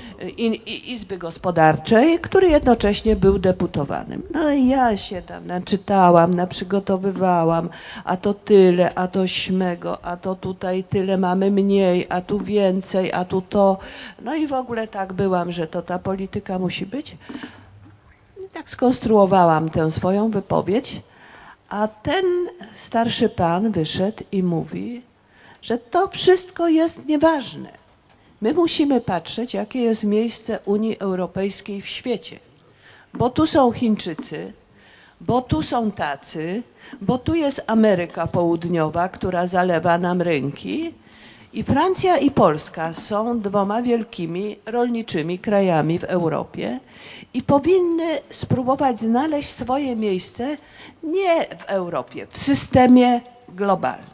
Izby Gospodarczej, który jednocześnie był deputowanym. No i ja się tam naczytałam, naprzygotowywałam, a to tyle, a to śmego, a to tutaj tyle mamy mniej, a tu więcej, a tu to. No i w ogóle tak byłam, że to ta polityka musi być. I tak skonstruowałam tę swoją wypowiedź, a ten starszy pan wyszedł i mówi, że to wszystko jest nieważne. My musimy patrzeć, jakie jest miejsce Unii Europejskiej w świecie. Bo tu są Chińczycy, bo tu są tacy, bo tu jest Ameryka Południowa, która zalewa nam rynki, i Francja i Polska są 2 wielkimi rolniczymi krajami w Europie i powinny spróbować znaleźć swoje miejsce nie w Europie, w systemie globalnym.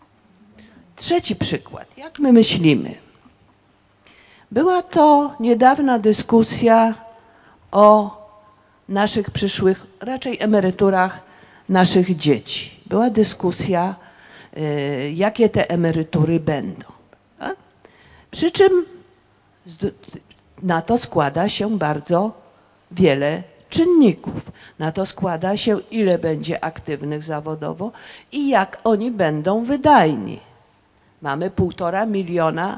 Trzeci przykład. Jak my myślimy? Była to niedawna dyskusja o naszych przyszłych, raczej emeryturach naszych dzieci. Była dyskusja, jakie te emerytury będą. Tak? Przy czym na to składa się bardzo wiele czynników. Na to składa się, ile będzie aktywnych zawodowo i jak oni będą wydajni. Mamy 1,5 miliona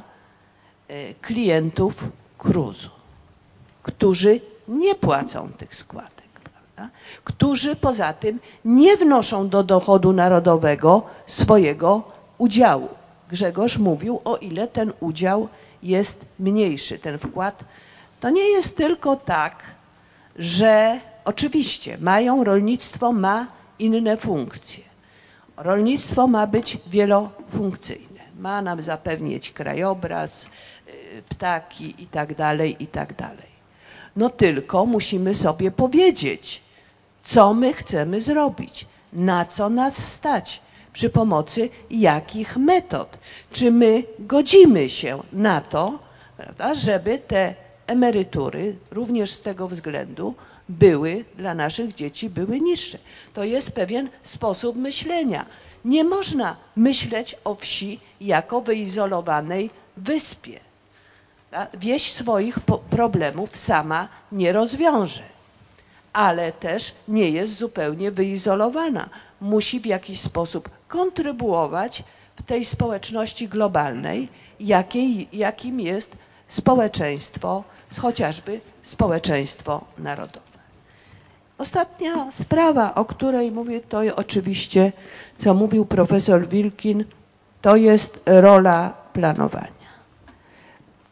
klientów KRUS-u, którzy nie płacą tych składek, prawda? Którzy poza tym nie wnoszą do dochodu narodowego swojego udziału. Grzegorz mówił, o ile ten udział jest mniejszy, ten wkład. To nie jest tylko tak, że oczywiście rolnictwo ma inne funkcje. Rolnictwo ma być wielofunkcyjne. Ma nam zapewnić krajobraz, ptaki i tak dalej, i tak dalej. No tylko musimy sobie powiedzieć, co my chcemy zrobić, na co nas stać, przy pomocy jakich metod. Czy my godzimy się na to, prawda, żeby te emerytury również z tego względu dla naszych dzieci były niższe. To jest pewien sposób myślenia. Nie można myśleć o wsi jako wyizolowanej wyspie. Wieś swoich problemów sama nie rozwiąże, ale też nie jest zupełnie wyizolowana. Musi w jakiś sposób kontrybuować w tej społeczności globalnej, jakim jest społeczeństwo, chociażby społeczeństwo narodowe. Ostatnia sprawa, o której mówię, to oczywiście, co mówił profesor Wilkin, to jest rola planowania.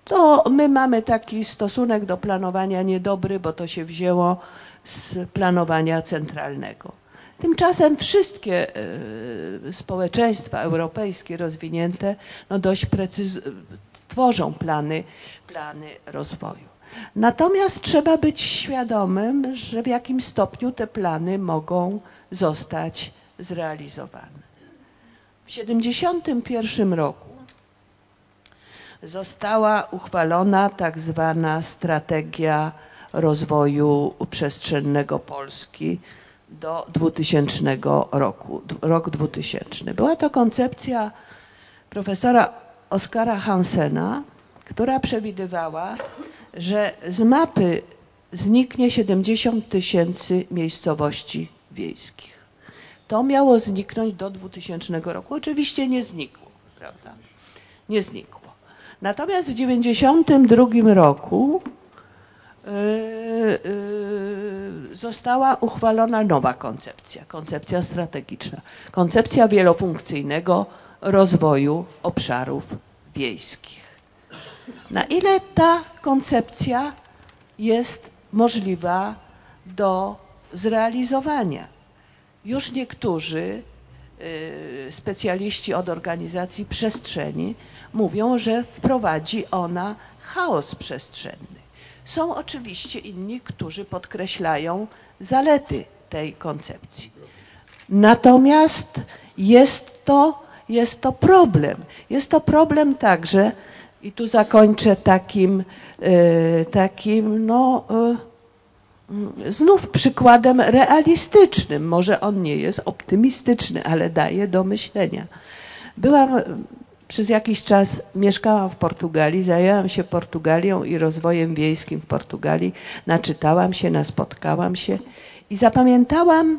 To my mamy taki stosunek do planowania niedobry, bo to się wzięło z planowania centralnego. Tymczasem wszystkie społeczeństwa europejskie rozwinięte no dość tworzą plany rozwoju. Natomiast trzeba być świadomym, że w jakim stopniu te plany mogą zostać zrealizowane. W 1971 roku została uchwalona tak zwana strategia rozwoju przestrzennego Polski do 2000 roku, rok 2000. Była to koncepcja profesora Oskara Hansena, która przewidywała, że z mapy zniknie 70 000 miejscowości wiejskich. To miało zniknąć do 2000 roku. Oczywiście nie znikło, prawda? Nie znikło. Natomiast w 1992 roku została uchwalona nowa koncepcja strategiczna, koncepcja wielofunkcyjnego rozwoju obszarów wiejskich. Na ile ta koncepcja jest możliwa do zrealizowania? Już niektórzy specjaliści od organizacji przestrzeni mówią, że wprowadzi ona chaos przestrzenny. Są oczywiście inni, którzy podkreślają zalety tej koncepcji. Natomiast jest to problem. Jest to problem także, i tu zakończę znów przykładem realistycznym. Może on nie jest optymistyczny, ale daje do myślenia. Przez jakiś czas mieszkałam w Portugalii, zajęłam się Portugalią i rozwojem wiejskim w Portugalii. Naczytałam się, naspotkałam się i zapamiętałam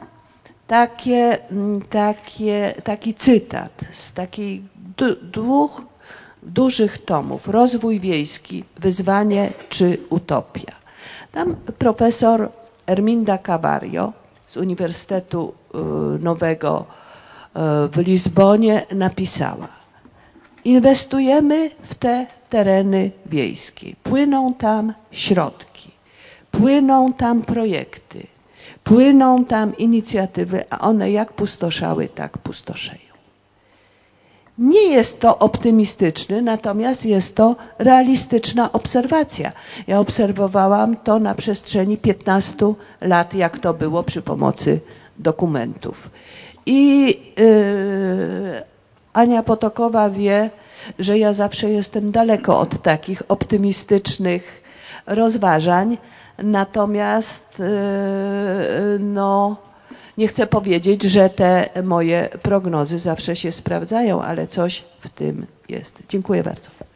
taki cytat z takich dwóch dużych tomów. Rozwój wiejski, wyzwanie czy utopia. Tam profesor Erminda Cavallo z Uniwersytetu Nowego w Lizbonie napisała: inwestujemy w te tereny wiejskie. Płyną tam środki, płyną tam projekty, płyną tam inicjatywy, a one jak pustoszały, tak pustoszeją. Nie jest to optymistyczny, natomiast jest to realistyczna obserwacja. Ja obserwowałam to na przestrzeni 15 lat, jak to było przy pomocy dokumentów. I Ania Potokowa wie, że ja zawsze jestem daleko od takich optymistycznych rozważań, natomiast nie chcę powiedzieć, że te moje prognozy zawsze się sprawdzają, ale coś w tym jest. Dziękuję bardzo.